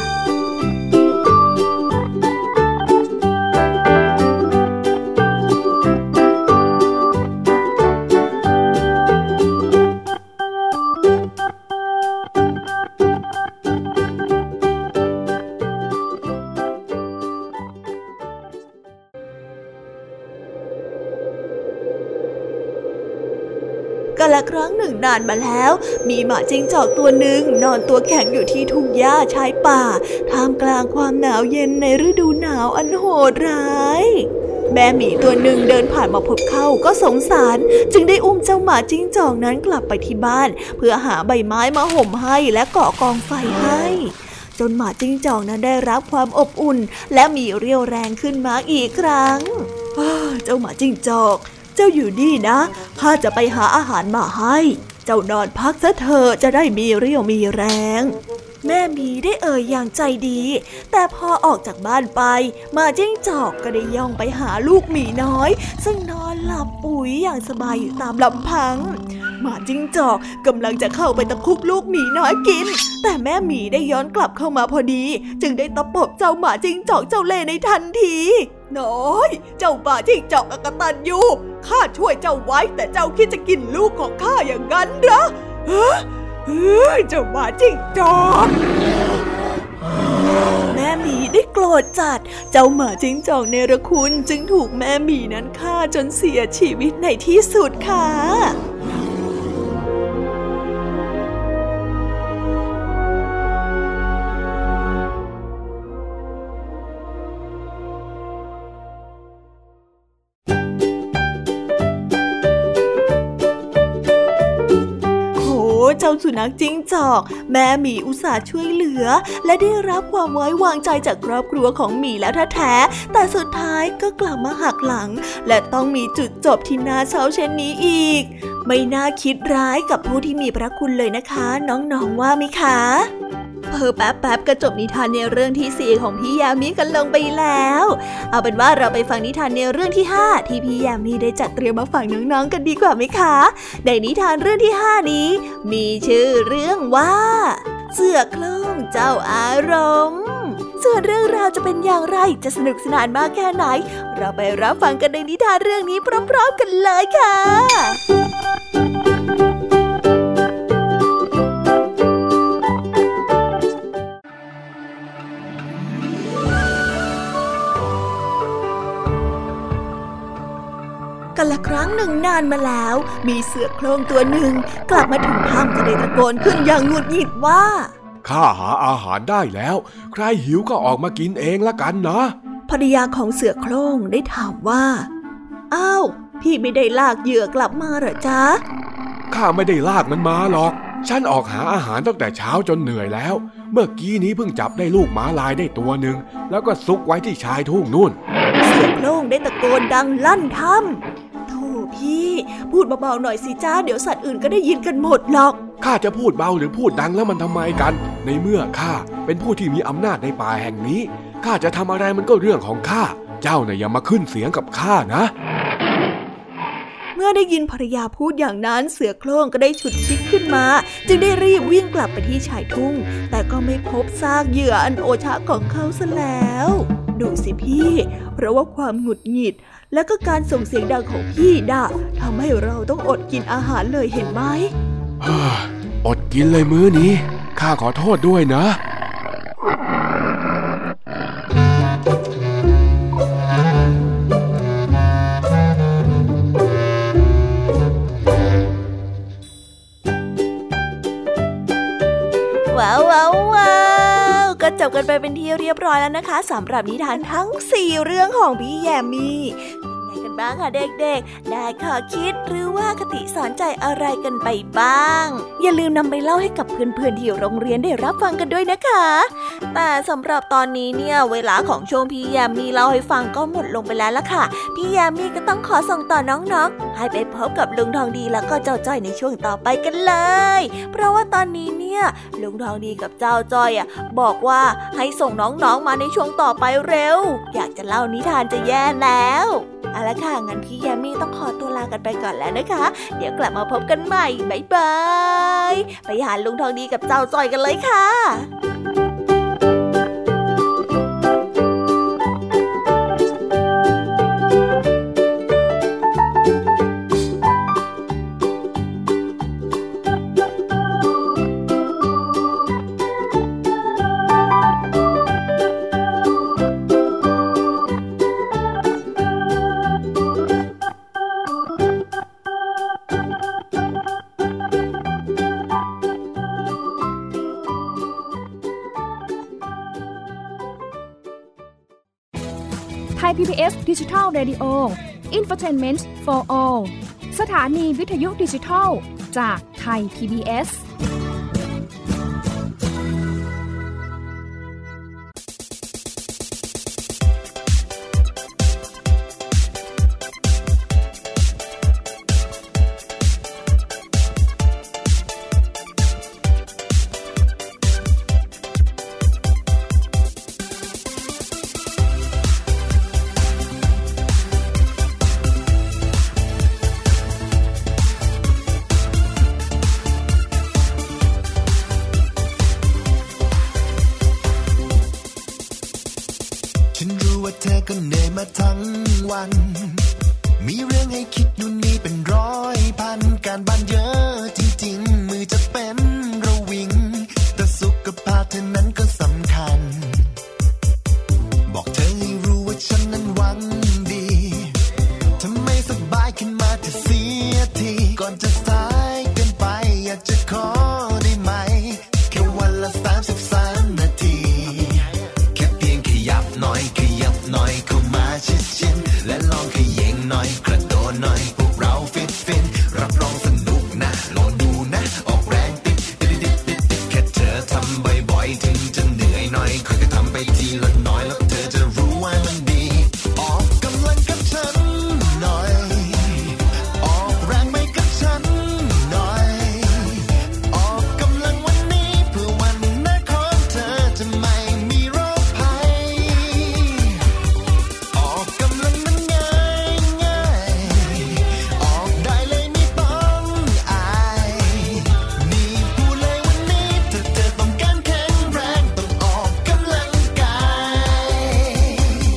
กาลครั้งหนึ่งนานมาแล้วมีหมาจิ้งจอกตัวหนึ่งนอนตัวแข็งอยู่ที่ทุ่งหญ้าชายป่าท่ามกลางความหนาวเย็นในฤดูหนาวอันโหดร้ายแม่หมีตัวหนึ่งเดินผ่านมาพบเข้าก็สงสารจึงได้อุ้มเจ้าหมาจิ้งจอกนั้นกลับไปที่บ้านเพื่อหาใบไม้มาห่มให้และก่อกองไฟให้จนหมาจิ้งจอกนั้นได้รับความอบอุ่นและมีเรี่ยวแรงขึ้นมาอีกครั้งเจ้าหมาจิ้งจอกเจ้าอยู่นี่นะข้าจะไปหาอาหารมาให้เจ้านอนพักซะเถอะจะได้มีเรี่ยวมีแรงแม่หมีได้เอ่ยอย่างใจดีแต่พอออกจากบ้านไปหมาจิ้งจอกก็ได้ย่องไปหาลูกหมีน้อยซึ่งนอนหลับปุ๋ยอย่างสบายอยู่ตามลำพังหมาจิ้งจอกกำลังจะเข้าไปตะคุบลูกหมีน้อยกินแต่แม่หมีได้ย้อนกลับเข้ามาพอดีจึงได้ตะปบเจ้าหมาจิ้งจอกเจ้าเล่ห์ในทันทีน้อยเจ้าหมาจิ้งจอกอกตัญญูข้าช่วยเจ้าไว้แต่เจ้าคิดจะกินลูกของข้าอย่างนั้นเหรอฮะเฮ้ยเจ้าหมาจิ้งจอกแม่หมีได้โกรธจัดเจ้าหมาจิ้งจอกเนรคุณจึงถูกแม่หมีนั้นฆ่าจนเสียชีวิตในที่สุดค่ะเจ้าสุนัขจิ้งจอกแม่หมีอุตส่าห์ช่วยเหลือและได้รับความไว้วางใจจากครอบครัวของหมีแล้วแท้ๆแต่สุดท้ายก็กลับมาหักหลังและต้องมีจุดจบที่น่าเศร้าเช่นนี้อีกไม่น่าคิดร้ายกับผู้ที่มีพระคุณเลยนะคะน้องๆว่าไหมคะเออแป๊บๆก็จบนิทานในเรื่องที่สี่ของพี่ยามีกันลงไปแล้วเอาเป็นว่าเราไปฟังนิทานในเรื่องที่ห้าที่พี่ยามีได้จัดเตรียมมาฝากน้องๆกันดีกว่าไหมคะในนิทานเรื่องที่ห้านี้มีชื่อเรื่องว่าเสือโคร่งเจ้าอารมณ์ส่วนเรื่องราวจะเป็นอย่างไรจะสนุกสนานมากแค่ไหนเราไปรับฟังกันในนิทานเรื่องนี้พร้อมๆกันเลยค่ะกันละครั้งหนึ่งนานมาแล้วมีเสือโคร่งตัวหนึ่งกลับมาถึงถ้ำก็ได้ตะโกนขึ้นอย่างหงุดหงิดว่าข้าหาอาหารได้แล้วใครหิวก็ออกมากินเองละกันนะภรรยาของเสือโคร่งได้ถามว่าอ้าวพี่ไม่ได้ลากเหยื่อกลับมาเหรอจ๊ะข้าไม่ได้ลากมันมาหรอกฉันออกหาอาหารตั้งแต่เช้าจนเหนื่อยแล้วเมื่อกี้นี้เพิ่งจับได้ลูกหมาลายได้ตัวหนึ่งแล้วก็ซุกไว้ที่ชายทุ่งนู่นเสียงโคร่งได้ตะโกนดังลั่นถ้ำโธ่พี่พูดเบาๆหน่อยสิจ้าเดี๋ยวสัตว์อื่นก็ได้ยินกันหมดหรอกข้าจะพูดเบาหรือพูดดังแล้วมันทำไมกันในเมื่อข้าเป็นผู้ที่มีอำนาจในป่าแห่งนี้ข้าจะทำอะไรมันก็เรื่องของข้าเจ้าน่ะอย่ามาขึ้นเสียงกับข้านะเมื่อได้ยินภรรยาพูดอย่างนั้นเสือโคร่งก็ได้ฉุดคิดขึ้นมาจึงได้รีบวิ่งกลับไปที่ชายทุ่งแต่ก็ไม่พบซากเหยื่ออันโอชะของเขาซะแล้วดูสิพี่เพราะว่าความหงุดหงิดและก็การส่งเสียงดังของพี่ด่าทำให้เราต้องอดกินอาหารเลยเห็นไหมอดกินเลยมื้อนี้ข้าขอโทษด้วยนะว้าวว้าวว้าวก็จบกันไปเป็นที่เรียบร้อยแล้วนะคะสำหรับนิทานทั้งสี่เรื่องของพี่แยมมี่เป็นไงกันบ้างคะเด็กๆได้ข้อคิดหรือว่าคติสอนใจอะไรกันไปบ้างอย่าลืมนำไปเล่าให้กับเพื่อนๆที่โรงเรียนได้รับฟังกันด้วยนะคะแต่สำหรับตอนนี้เนี่ยเวลาของช่วงพี่แยมมี่เล่าให้ฟังก็หมดลงไปแล้วล่ะค่ะพี่แยมมี่ก็ต้องขอส่งต่อน้องๆให้ไปพบกับลุงทองดีแล้วก็เจ้าจ้อยในช่วงต่อไปกันเลยเพราะว่าตอนนี้เนี่ยลุงทองดีกับเจ้าจ้อยอ่ะบอกว่าให้ส่งน้องๆมาในช่วงต่อไปเร็วอยากจะเล่านิทานจะแย่แล้วเอาละค่ะงั้นพี่แยมมี่ต้องขอตัวลากันไปก่อนแล้วนะคะเดี๋ยวกลับมาพบกันใหม่บ๊ายบายไปหาลุงทองดีกับเจ้าจ้อยกันเลยค่ะไทย พี บี เอส Digital Radio Infotainment for All สถานีวิทยุดิจิทัลจากไทย พี บี เอสทั้งวันมีเรื่องให้คิดนู่นนี่เป็นร้อยพันการบ้านเยอะจริงๆมือจะเป็นระวิงแต่สุขภาพเธอนั้นก็สำคัญบอกเธอให้รู้ว่าฉันนั้นหวังดีถ้าไม่สบายขึ้นมาจะเสียทีก่อนจะสายเกินไปอยากจะขอได้ไหมแค่วันละสามสิบสามนาทีแค่เพียงขยับหน่อยขยับหน่อยเข้ามาชิดๆและลองขย่งหน่อยกระโดดหน่อยพวกเราฟิตฟินรับรองสนุกนะลองดูนะออกแรงติดติดติดติดติดแค่เธอทำบ่อยๆถึงจะเหนื่อยหน่อยค่อยๆทำไปทีละน้อยแล้วเธอจะรู้ว่ามันดีออกกำลังกับฉันหน่อยออกแรงไปกับฉันหน่อยออกกำลังวันนี้เพื่อวันหน้าของเธอจะไม่มีโรคภัยออกกำลังนั้นง่ายง่ายออกได้เลยไม่ต้องอายนี่พูดเลยวันนี้ถ้าเธอต้องการแข็งแรงต้องออกกำลังกาย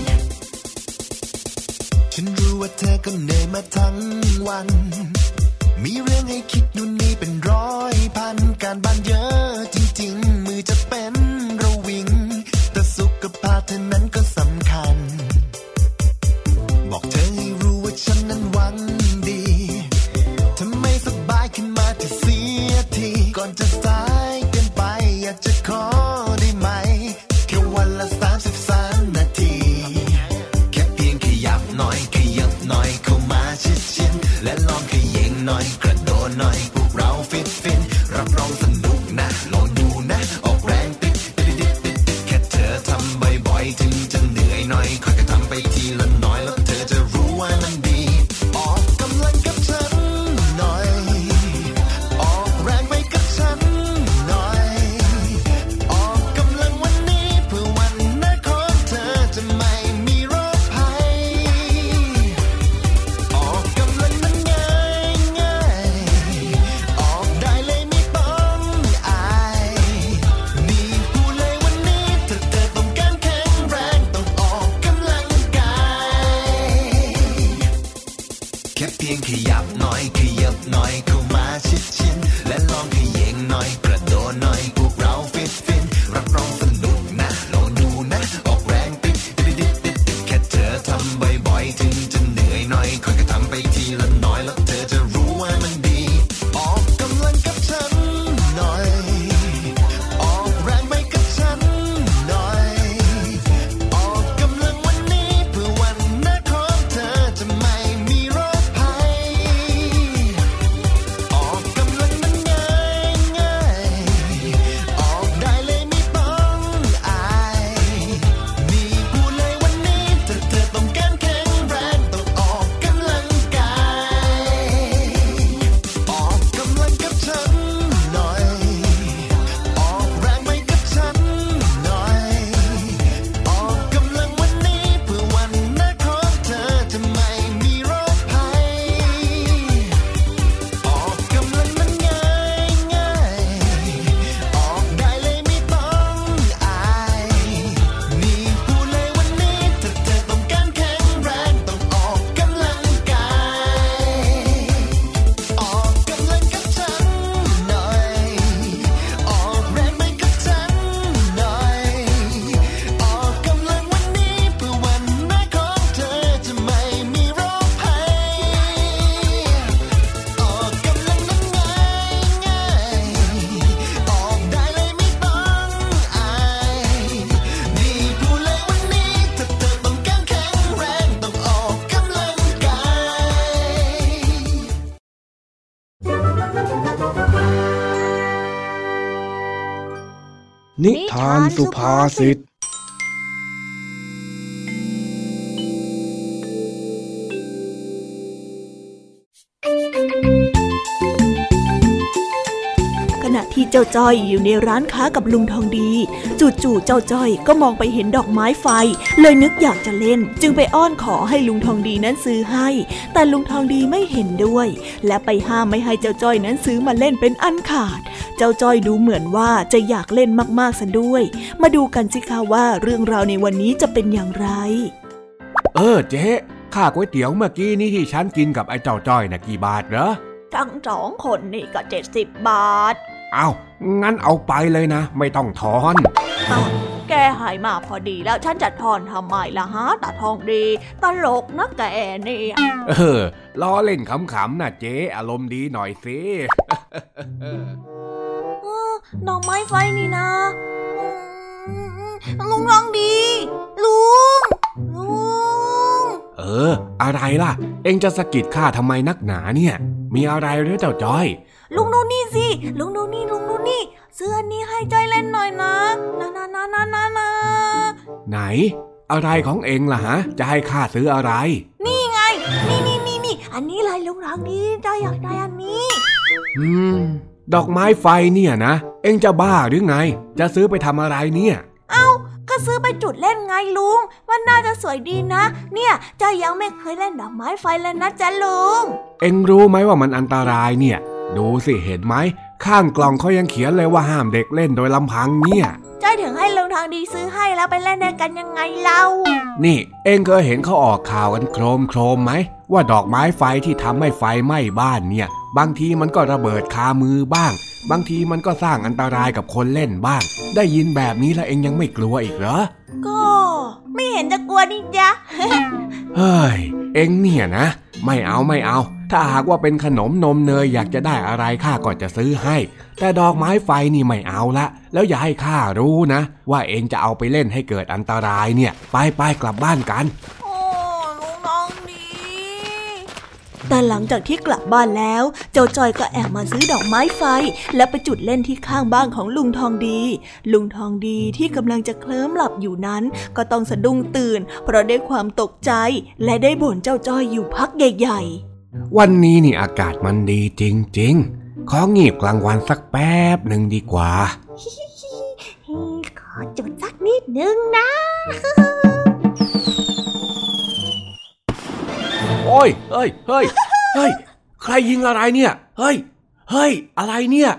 ฉันรู้ว่าเธอก็เหนื่อยมาทั้งวันมีเรื่องให้คิดนู่นนี่เป็นร้อยพันการบ้านเยอะจริงๆมือจะเป็นระวิงแต่สุขภาพเธอนั้นก็สำคัญบอกเธอให้รู้ว่าฉันนั้นหวังดีถ้าไม่สบายขึ้นมาจะเสียทีก่อนจะสายเกินไปอยากจะขอได้ไหมแค่วันละสามสิบสามนาทีแค่เพียงขยับหน่อยขยับหน่อยเข้ามาชิดๆและลองขย่งหน่อยกระโดดหน่อยพวกเราฟิตฟินรับรองสนิทานสุภาษิตขณะที่เจ้าจ้อยอยู่ในร้านค้ากับลุงทองดีจู่ๆเจ้าจ้อยก็มองไปเห็นดอกไม้ไฟเลยนึกอยากจะเล่นจึงไปอ้อนขอให้ลุงทองดีนั้นซื้อให้แต่ลุงทองดีไม่เห็นด้วยและไปห้ามไม่ให้เจ้าจ้อยนั้นซื้อมาเล่นเป็นอันขาดเจ้าจ้อยดูเหมือนว่าจะอยากเล่นมากๆซะด้วยมาดูกันสิคะว่าเรื่องราวในวันนี้จะเป็นอย่างไรเออเจ๊ค่าก๋วยเตี๋ยวเมื่อกี้นี้ที่ฉันกินกับไอ้เจ้าจ้อยน่ะกี่บาทเหรอทั้งสองคนนี่ก็เจ็ดสิบบาทเอางั้นเอาไปเลยนะไม่ต้องทอนอ้าวแกหายมาพอดีแล้วฉันจะทอนทำไมล่ะฮะตาทองดีตลกนะแกนี่เออล้อเล่นขำๆนะเจ๊อารมณ์ดีหน่อยสิดอกไม้ไฟนี่นะลุงทองดีลุงลุงเอออะไรล่ะเอ็งจะสะกิดข้าทำไมนักหนาเนี่ยมีอะไรหรือเจ้าจ้อยลุงดูนี่สิลุงดูนี่ลุงดูนี่เสื้อนี้ให้จ้อยเล่นหน่อยนะนะนะนะนะนะนะไหนอะไรของเอ็งล่ะฮะจะให้ข้าซื้ออะไรนี่ไงนี่นี่นี่นี่อันนี้เลยลุงทองดีจ้อยอยากได้อันนี้อืมดอกไม้ไฟเนี่ยนะเอ็งจะบ้าหรือไงจะซื้อไปทำอะไรเนี่ยเอ้าก็ซื้อไปจุดเล่นไงลุงมันน่าจะสวยดีนะเนี่ยจ้อยยังไม่เคยเล่นดอกไม้ไฟเลยนะจ๊ะลุงเอ็งรู้ไหมว่ามันอันตรายเนี่ยดูสิเห็นไหมข้างกล่องเขายังเขียนเลยว่าห้ามเด็กเล่นโดยลำพังเนี่ยจ้อยถึงให้ลุงทองดีซื้อให้แล้วไปเล่นกันยังไงเล่านี่เอ็งเคยเห็นเขาออกข่าวกันโครมโครมไหมว่าดอกไม้ไฟที่ทำให้ไฟไหม้บ้านเนี่ยบางทีมันก็ระเบิดคามือบ้างบางทีมันก็สร้างอันตรายกับคนเล่นบ้างได้ยินแบบนี้แล้วเอ็งยังไม่กลัวอีกเหรอก็ไม่เห็นจะกลัวนี่จ๊ะเฮ้ยเอ็งเนี่ยนะไม่เอาไม่เอาถ้าหากว่าเป็นขนมนมเนยอยากจะได้อะไรข้าก็จะซื้อให้แต่ดอกไม้ไฟนี่ไม่เอาละแล้วอย่าให้ข้ารู้นะว่าเอ็งจะเอาไปเล่นให้เกิดอันตรายเนี่ยไปไปกลับบ้านกันโอ้ลุงทองดีแต่หลังจากที่กลับบ้านแล้วเจ้าจอยก็แอบมาซื้อดอกไม้ไฟและไปจุดเล่นที่ข้างบ้านของลุงทองดีลุงทองดีที่กำลังจะเคลิ้มหลับอยู่นั้นก็ต้องสะดุ้งตื่นเพราะได้ความตกใจและได้บ่นเจ้าจ้อยอยู่พักใหญ่ๆวันนี้นี่อากาศมันดีจริงๆของีบกลางวันสักแป๊บหนึ่งดีกว่าขอจุดสักนิดนึงนะโอ้ยเฮ้ยเฮ้ยเฮ้ยใครยิงอะไรเนี่ยเฮ้ยเฮ้ยอะไรเนี่ย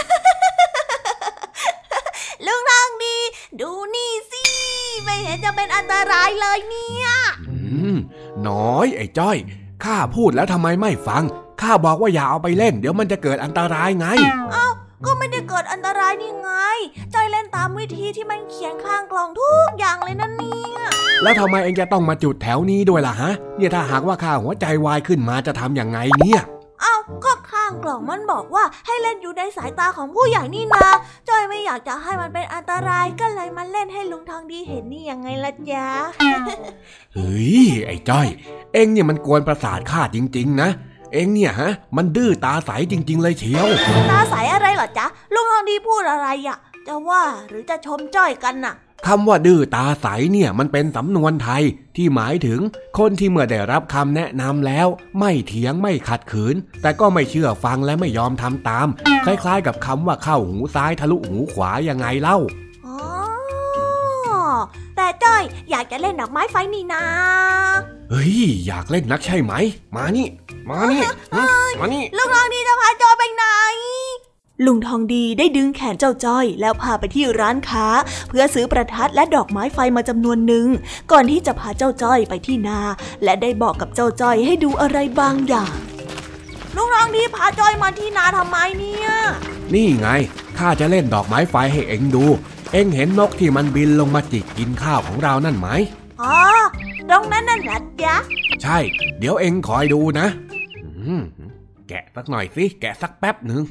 ลุงทองดีดูนี่สิไม่เห็นจะเป็นอันตรายเลยเนี่ยอืมน้อยไอ้จ้อยข้าพูดแล้วทำไมไม่ฟังข้าบอกว่าอย่าเอาไปเล่นเดี๋ยวมันจะเกิดอันตรายไงเอ้าก็ไม่ได้เกิดอันตรายนี่ไงจ้อยเล่นตามวิธีที่มันเขียนข้างกล่องทุกอย่างเลยนั่นเนี่ยแล้วทำไมเองจะต้องมาจุดแถวนี้ด้วยล่ะฮะเนี่ยถ้าหากว่าข้าหัวใจวายขึ้นมาจะทำยังไงเนี่ยเอ้าก็ข้างกล่องมันบอกว่าให้เล่นอยู่ในสายตาของผู้ใหญ่นี่นาจ้อยไม่อยากจะให้มันเป็นอันตรายก็เลยมาเล่นให้ลุงทองดีเห็นนี่ยังไงล่ะจ๊ะเฮ้ยไอ้จ้อยเอ็งเนี่ยมันกวนประสาทข้าจริงๆนะเอ็งเนี่ยฮะมันดื้อตาใสจริงๆเลยเชียวตาใสอะไรเหรอจ๊ะลุงทองดีพูดอะไรอ่ะจะว่าหรือจะชมจ้อยกันน่ะคำว่าดื้อตาใสเนี่ยมันเป็นสำนวนไทยที่หมายถึงคนที่เมื่อได้รับคำแนะนำแล้วไม่เถียงไม่ขัดขืนแต่ก็ไม่เชื่อฟังและไม่ยอมทำตามคล้ายๆกับคำว่าเข้าหูซ้ายทะลุหูขวายังไงเล่าอ๋อแต่จ้อยอยากจะเล่นดอกไม้ไฟนี่นาเฮ้ยอยากเล่นนักใช่ไหมมานี่มานี่มานี่ลุงทองดีจะพาจ้อยไปไหนลุงทองดีได้ดึงแขนเจ้าจ้อยแล้วพาไปที่ร้านค้าเพื่อซื้อประทัดและดอกไม้ไฟมาจำนวนหนึ่งก่อนที่จะพาเจ้าจ้อยไปที่นาและได้บอกกับเจ้าจ้อยให้ดูอะไรบางอย่างลุงทองดีพาจ้อยมาที่นาทำไมเนี่ยนี่ไงข้าจะเล่นดอกไม้ไฟให้เอ็งดูเอ็งเห็นนกที่มันบินลงมาจิกกินข้าวของเรานั่นไหมอ๋อตรงนั้นน่ะนะจ๊ะใช่เดี๋ยวเอ็งคอยดูนะแกะสักหน่อยสิแกะสักแป๊บหนึ่ง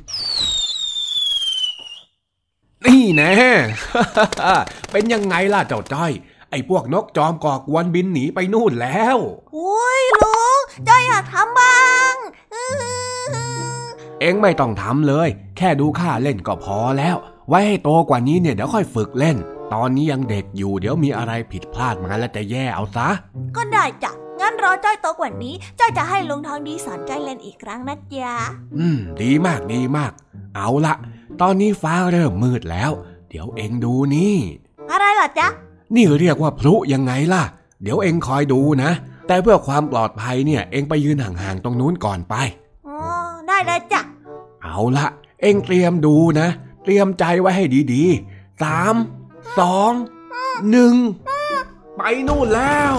นี่แน่ เป็นยังไงล่ะเจ้าจ้อยไอ้พวกนกจอมก่อกวนบินหนีไปนู่นแล้วโอ้ยลุงจ้อยอยากทำบ้างเอ็งไม่ต้องทำเลยแค่ดูข้าเล่นก็พอแล้วไว้ให้โตกว่านี้เนี่ยเดี๋ยวค่อยฝึกเล่นตอนนี้ยังเด็กอยู่เดี๋ยวมีอะไรผิดพลาดมาแล้วจะแย่เอาซะก็ได้จ้ะงั้นรอจ้อยโตกว่านี้จ้อยจะให้ลุงทองดีสอนจ้อยเล่นอีกครั้งนะจ๊ะอืมดีมากดีมากเอาละตอนนี้ฟ้าเริ่มมืดแล้วเดี๋ยวเอ็งดูนี่อะไรล่ะจ๊ะนี่เรียกว่าพลุยังไงล่ะเดี๋ยวเอ็งคอยดูนะแต่เพื่อความปลอดภัยเนี่ยเอ็งไปยืนห่างๆตรงนู้นก่อนไปอ๋อได้เลยจ้ะเอาละเอ็งเตรียมดูนะเตรียมใจไว้ให้ดีๆสามสองหนึ่งไปนู่นแล้ว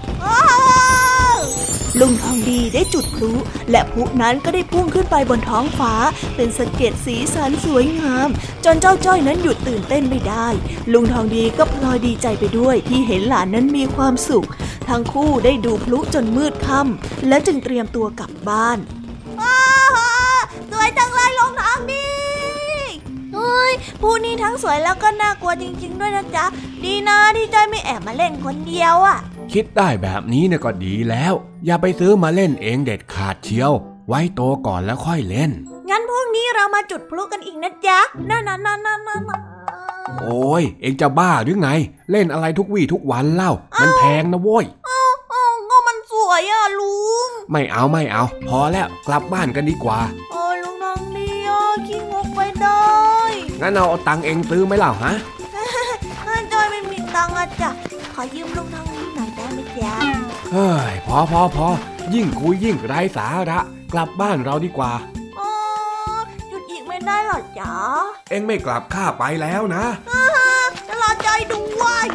ลุงทองดีได้จุดพลุและพลุนั้นก็ได้พุ่งขึ้นไปบนท้องฟ้าเป็นสะเก็ดสีสันสวยงามจนเจ้าจ้อยนั้นหยุดตื่นเต้นไม่ได้ลุงทองดีก็พลอยดีใจไปด้วยที่เห็นหลานนั้นมีความสุขทั้งคู่ได้ดูพลุจนมืดค่ำและจึงเตรียมตัวกลับบ้านสวยจังเลยลุงทองดีเฮ้ยพลุนี้ทั้งสวยแล้วก็น่ากลัวจริงๆด้วยนะจ๊ะดีนะที่จ้อยไม่แอบมาเล่นคนเดียวอ่ะคิดได้แบบนี้เนี่ยก็ดีแล้วอย่าไปซื้อมาเล่นเองเด็ดขาดเชียวไว้โตก่อนแล้วค่อยเล่นงั้นพรุ่งนี้เรามาจุดพลุกันอีกนะจ๊ะนั่นๆๆๆโอ้ยเองจะบ้าหรือไงเล่นอะไรทุกวี่ทุกวันเล่ามันแพงนะโว้ยอ้าวก็มันสวยอ่ะลุงไม่เอาไม่เอาพอแล้วกลับบ้านกันดีกว่าโอ้ลุงน้องดีอ่ะขี้งกไปได้งั้นเอาตังค์เองซื้อไหมเล่าฮะจอยไม่มีตังค์อ่ะจ้ะขอยืมลุงทองดีหน่อยได้ไหมจ๊ะเฮ้ยพอพอพอยิ่งคุยยิ่งไร้สาระกลับบ้านเราดีกว่าอ๋อหยุดอีกไม่ได้หรอจ๊ะเอ็งไม่กลับข้าไปแล้วนะจะรอใจด้วย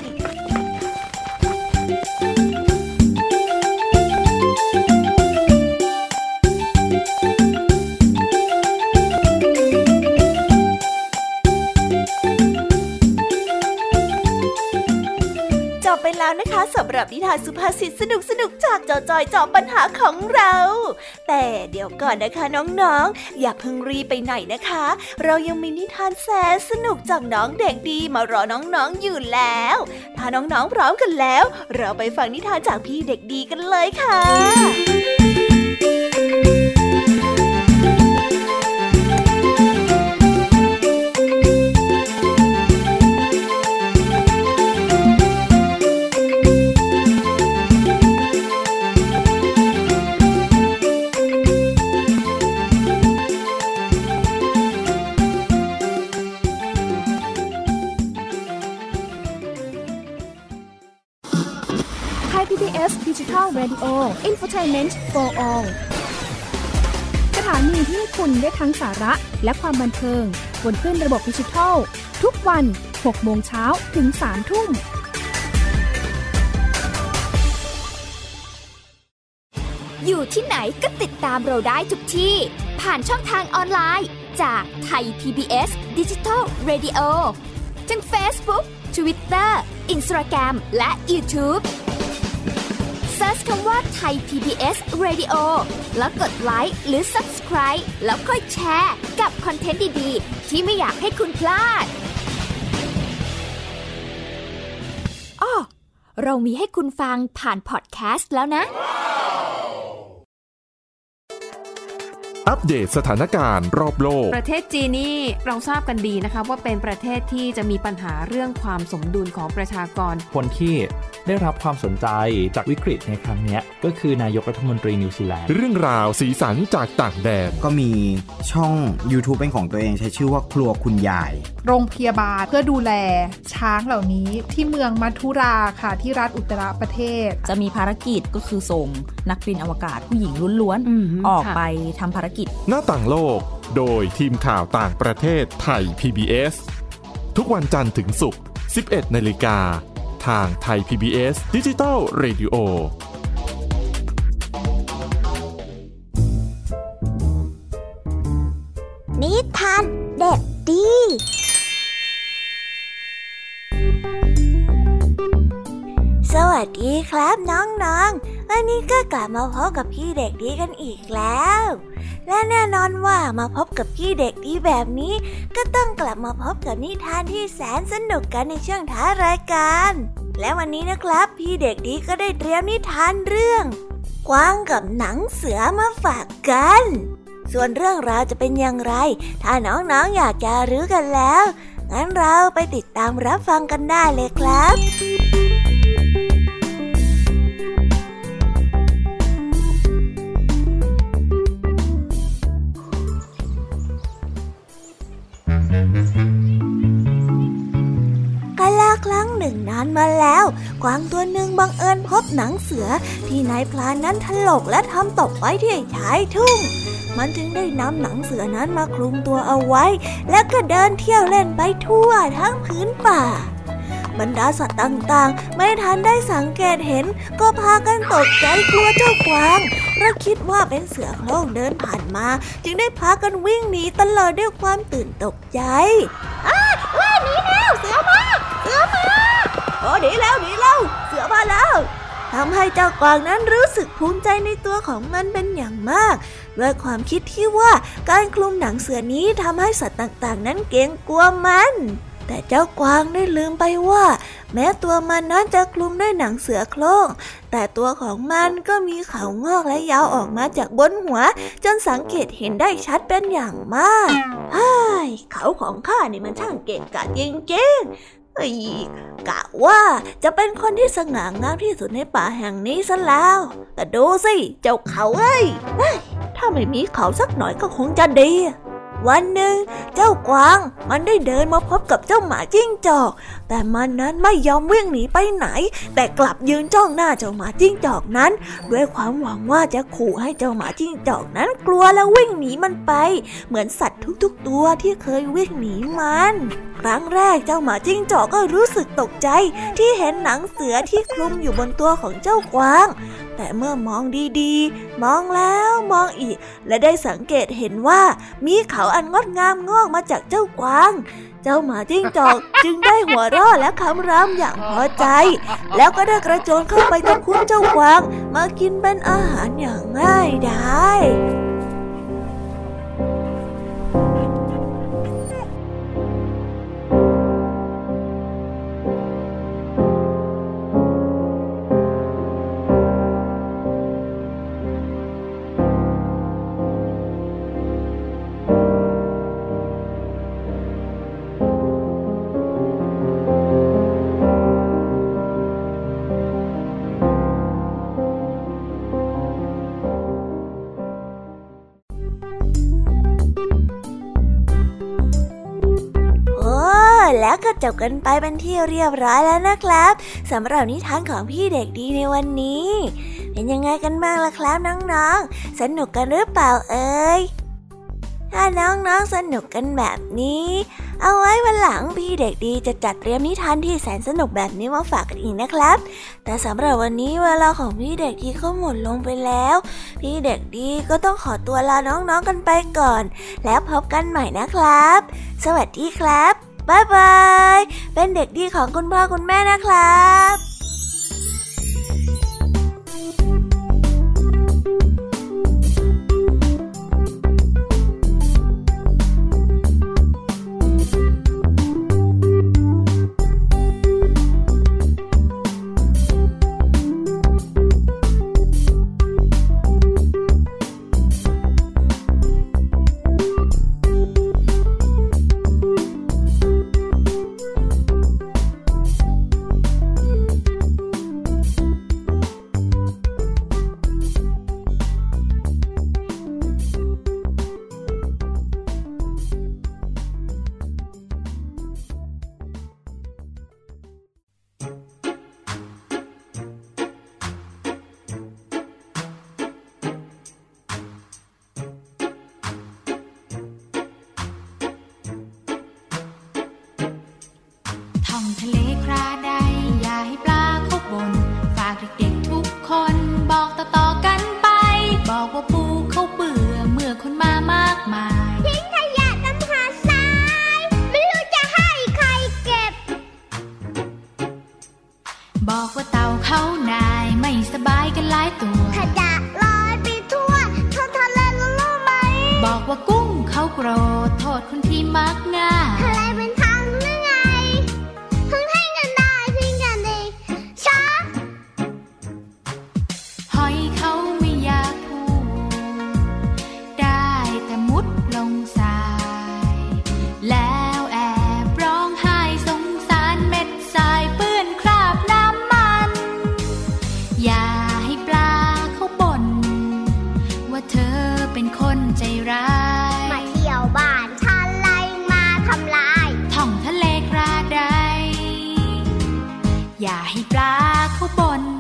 จบไปแล้วนะคะสำหรับนิทานสุภาษิตสนุกๆจากจอจอยจอบปัญหาของเราแต่เดี๋ยวก่อนนะคะน้องๆอย่าเพิ่งรีบไปไหนนะคะเรายังมีนิทานแสนสนุกจากน้องเด็กดีมารอน้องๆอยู่แล้วถ้าน้องๆพร้อมกันแล้วเราไปฟังนิทานจากพี่เด็กดีกันเลยค่ะ Digital Radio Infotainment for All สถานีที่ให้คุณได้ทั้งสาระและความบันเทิงบนคลื่นระบบดิจิทัลทุกวัน หกโมงเช้าถึง สามทุ่มอยู่ที่ไหนก็ติดตามเราได้ทุกที่ผ่านช่องทางออนไลน์จากไทย พี บี เอส Digital Radio ทั้ง Facebook, Twitter, Instagram และ YouTubeเซิร์ชคำว่าไทย พี บี เอส Radio แล้วกดไลค์หรือ Subscribe แล้วค่อยแชร์กับคอนเทนต์ดีๆที่ไม่อยากให้คุณพลาดอ้อเรามีให้คุณฟังผ่านพอดแคสต์แล้วนะอัปเดตสถานการณ์รอบโลกประเทศจีนนี่เราทราบกันดีนะคะว่าเป็นประเทศที่จะมีปัญหาเรื่องความสมดุลของประชากรคนที่ได้รับความสนใจจากวิกฤตในครั้งนี้ก็คือนายกรัฐมนตรีนิวซีแลนด์เรื่องราวสีสันจากต่างแดนก็มีช่อง YouTube เป็นของตัวเองใช้ชื่อว่าครัวคุณยายโรงพยาบาลเพื่อดูแลช้างเหล่านี้ที่เมืองมัทุราค่ะที่รัฐอุตตรประเทศจะมีภารกิจก็คือส่งนักบินอวกาศผู้หญิงล้วนๆออกไปทำภารกิจหน้าต่างโลกโดยทีมข่าวต่างประเทศไทย พี บี เอส ทุกวันจันทร์ถึงศุกร์ สิบเอ็ดนาฬิกาทางไทย พี บี เอส Digital Radio นิทานเด็กดีสวัสดีครับน้องๆวันนี้ก็กลับมาพบกับพี่เด็กดีกันอีกแล้วและแน่นอนว่ามาพบกับพี่เด็กดีแบบนี้ก็ต้องกลับมาพบกับนิทานที่แสนสนุกกันในช่วงท้ายรายการและวันนี้นะครับพี่เด็กดีก็ได้เตรียมนิทานเรื่องกวางกับหนังเสือมาฝากกันส่วนเรื่องราวจะเป็นอย่างไรถ้าน้องๆอยากจะรู้กันแล้วงั้นเราไปติดตามรับฟังกันได้เลยครับกาลครั้งหนึ่งนานมาแล้วกวางตัวหนึ่งบังเอิญพบหนังเสือที่นายพรานนั้นถลกและทำตกไว้ที่ชายทุ่งมันจึงได้นำหนังเสือนั้นมาคลุมตัวเอาไว้แล้วก็เดินเที่ยวเล่นไปทั่วทั้งพื้นป่าบรรดาสัตว์ต่างๆไม่ทันได้สังเกตเห็นก็พากันตกใจกลัวเจ้ากวางเพราะคิดว่าเป็นเสือโคร่งเดินผ่านมาจึงได้พากันวิ่งหนีตลอดด้วยความตื่นตกใจอ้าว้าหนีแล้วเสือมาเสือมาโอ้หนีแล้วหนีแล้วเสือมาแล้วทำให้เจ้ากวางนั้นรู้สึกภูมิใจในตัวของมันเป็นอย่างมากด้วยความคิดที่ว่าการคลุมหนังเสือนี้ทำให้สัตว์ต่างๆนั้นเกรงกลัวมันแต่เจ้ากวางได้ลืมไปว่าแม้ตัวมันนั้นจะคลุมด้วยหนังเสือโคร่งแต่ตัวของมันก็มีเขางอกและยาวออกมาจากบนหัวจนสังเกตเห็นได้ชัดเป็นอย่างมากเฮ้ยเขาของข้านี่มันช่างเก่งกาจจริงๆเฮ้ยกะว่าจะเป็นคนที่สง่างามที่สุดในป่าแห่งนี้ซะแล้วแต่ดูสิเจ้าเขาเอ้ยถ้าไม่มีเขาสักหน่อยก็คงจะดีวันหนึ่งเจ้ากวางมันได้เดินมาพบกับเจ้าหมาจิ้งจอกแต่มันนั้นไม่ยอมวิ่งหนีไปไหนแต่กลับยืนจ้องหน้าเจ้าหมาจิ้งจอกนั้นด้วยความหวังว่าจะขู่ให้เจ้าหมาจิ้งจอกนั้นกลัวแล้ววิ่งหนีมันไปเหมือนสัตว์ทุกๆตัวที่เคยวิ่งหนีมันครั้งแรกเจ้าหมาจิ้งจอกก็รู้สึกตกใจที่เห็นหนังเสือที่คลุมอยู่บนตัวของเจ้ากวางแต่เมื่อมองดีๆมองแล้วมองอีกและได้สังเกตเห็นว่ามีเขาอันงดงามงอกมาจากเจ้ากวางเจ้าหมาจิ้งจอกจึงได้หัวเราะและคำรามอย่างพอใจแล้วก็ได้กระโจนเข้าไปตะคุบเจ้ากวางมากินเป็นอาหารอย่างง่ายดายแล้วก็จบกันไปเป็นที่เรียบร้อยแล้วนะครับสำหรับนิทานของพี่เด็กดีในวันนี้เป็นยังไงกันบ้างล่ะครับน้องๆสนุกกันหรือเปล่าเอ่ยถ้าน้องๆสนุกกันแบบนี้เอาไว้วันหลังพี่เด็กดีจะจัดเตรียมนิทานที่แสนสนุกแบบนี้มาฝากกันอีกนะครับแต่สำหรับวันนี้เวลาของพี่เด็กดีก็หมดลงไปแล้วพี่เด็กดีก็ต้องขอตัวลาน้องๆกันไปก่อนแล้วพบกันใหม่นะครับสวัสดีครับบ๊ายบายเป็นเด็กดีของคุณพ่อคุณแม่นะครับอย่าให้ปลาเขาบ่น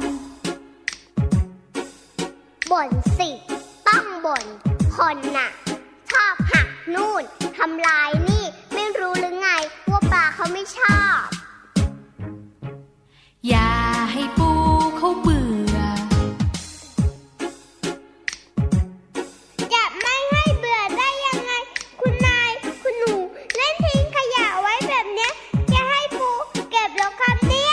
บ่นสิต้องบ่นคนน่ะชอบหักนู่นทำลายนี่ไม่รู้หรือไงว่าปลาเขาไม่ชอบอย่าให้ปูเขาเบื่อจะไม่ให้เบื่อได้ยังไงคุณนายคุณหนูเล่นทิ้งขยะไว้แบบเนี้ยจะให้ปูเก็บหรอครับเนี่ย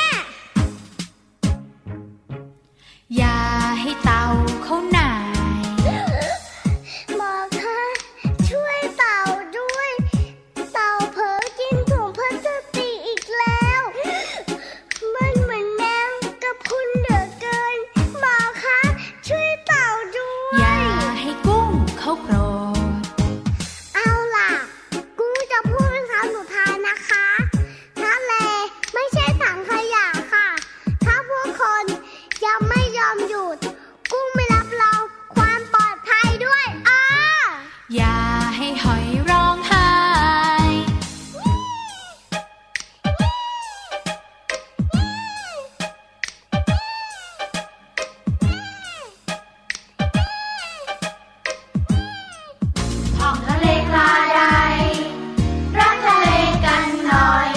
อย่าให้เต่าเขาหน่ายหมอคะช่วยเต่าด้วยเต่าเผลอกินถุงพลาสติกอีกแล้วมันเหมือนแมงกะพรุนเหลือเกินหมอคะช่วยเต่าด้วยอย่าให้กุ้งเขาโกรธเอาล่ะกุ้งจะพูดเป็นคำสุดท้ายนะคะทะเลไม่ใช่ถังขยะค่ะถ้าพวกคนยังไม่ยอมหยุดกุ้งไม่รับรองความปลอดภัยด้วยอ้าอย่าให้หอยร้องไห้ท่องทะเลคลาใดรักทะเลกันหน่อย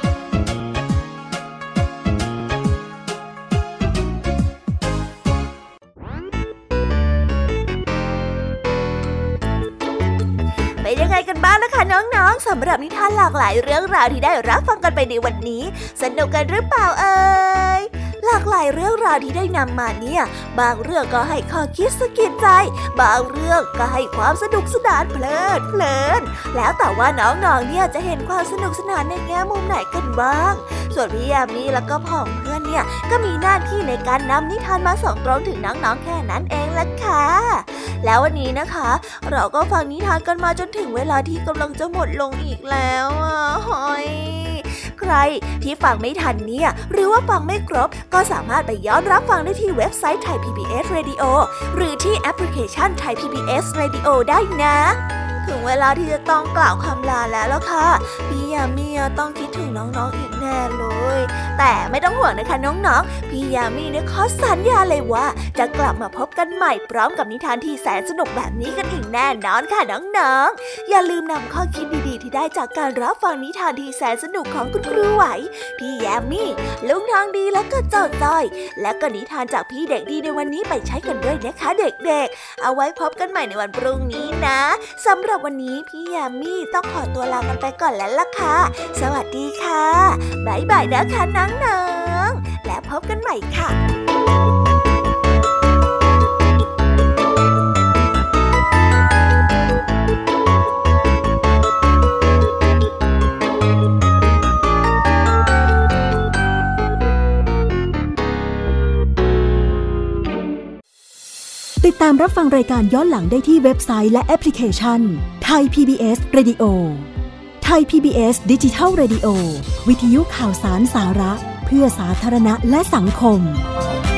เป็นยังไงกันบ้างล่ะคะน้องๆสำหรับนิทานหลากหลายเรื่องราวที่ได้รับฟังกันไปในวันนี้สนุกกันหรือเปล่าเอ่ยหลากหลายเรื่องราวที่ได้นำมาเนี่ยบางเรื่องก็ให้ข้อคิดสะกิดใจบางเรื่องก็ให้ความสนุกสนานเพลิดเพลินแล้วแต่ว่าน้องๆเนี่ยจะเห็นความสนุกสนานในแง่มุมไหนกันบ้างส่วนพี่ยามีแล้วก็พ่องเพื่อนเนี่ยก็มีหน้าที่ในการนำนิทานมาส่งตรงถึงน้องๆแค่นั้นเองล่ะค่ะแล้ววันนี้นะคะเราก็ฟังนิทานกันมาจนถึงเวลาที่กำลังจะหมดลงอีกแล้วอ่ะหอยใครที่ฟังไม่ทันเนี่ยหรือว่าฟังไม่ครบก็สามารถไปย้อนรับฟังได้ที่เว็บไซต์ Thai พี บี เอส Radio หรือที่แอปพลิเคชัน Thai พี บี เอส Radio ได้นะถึงเวลาที่จะต้องกล่าวคำลาแล้วล่ะค่ะพี่ยามีต้องคิดถึงน้องๆอีกแน่เลยแต่ไม่ต้องห่วงนะคะน้องๆพี่ยามีเนี่ยขอสัญญาเลยว่าจะกลับมาพบกันใหม่พร้อมกับนิทานที่แสนสนุกแบบนี้กันอีกแน่นอนค่ะน้องๆอย่าลืมนำข้อคิดดีๆที่ได้จากการรับฟังนิทานที่แสนสนุกของคุณครูไหวพี่ยามีลุงทองดีและก็เจ้าจ้อยและก็นิทานจากพี่เด็กดีในวันนี้ไปใช้กันด้วยนะคะเด็กๆเอาไว้พบกันใหม่ในวันพรุ่งนี้นะสำหรับวันนี้พี่ยามีต้องขอตัวลากันไปก่อนแล้วล่ะค่ะสวัสดีค่ะบ๊ายบายนะคะน้องๆและพบกันใหม่ค่ะติดตามรับฟังรายการย้อนหลังได้ที่เว็บไซต์และแอปพลิเคชัน Thai พี บี เอส Radio Thai พี บี เอส Digital Radio วิทยุข่าวสารสาระเพื่อสาธารณะและสังคม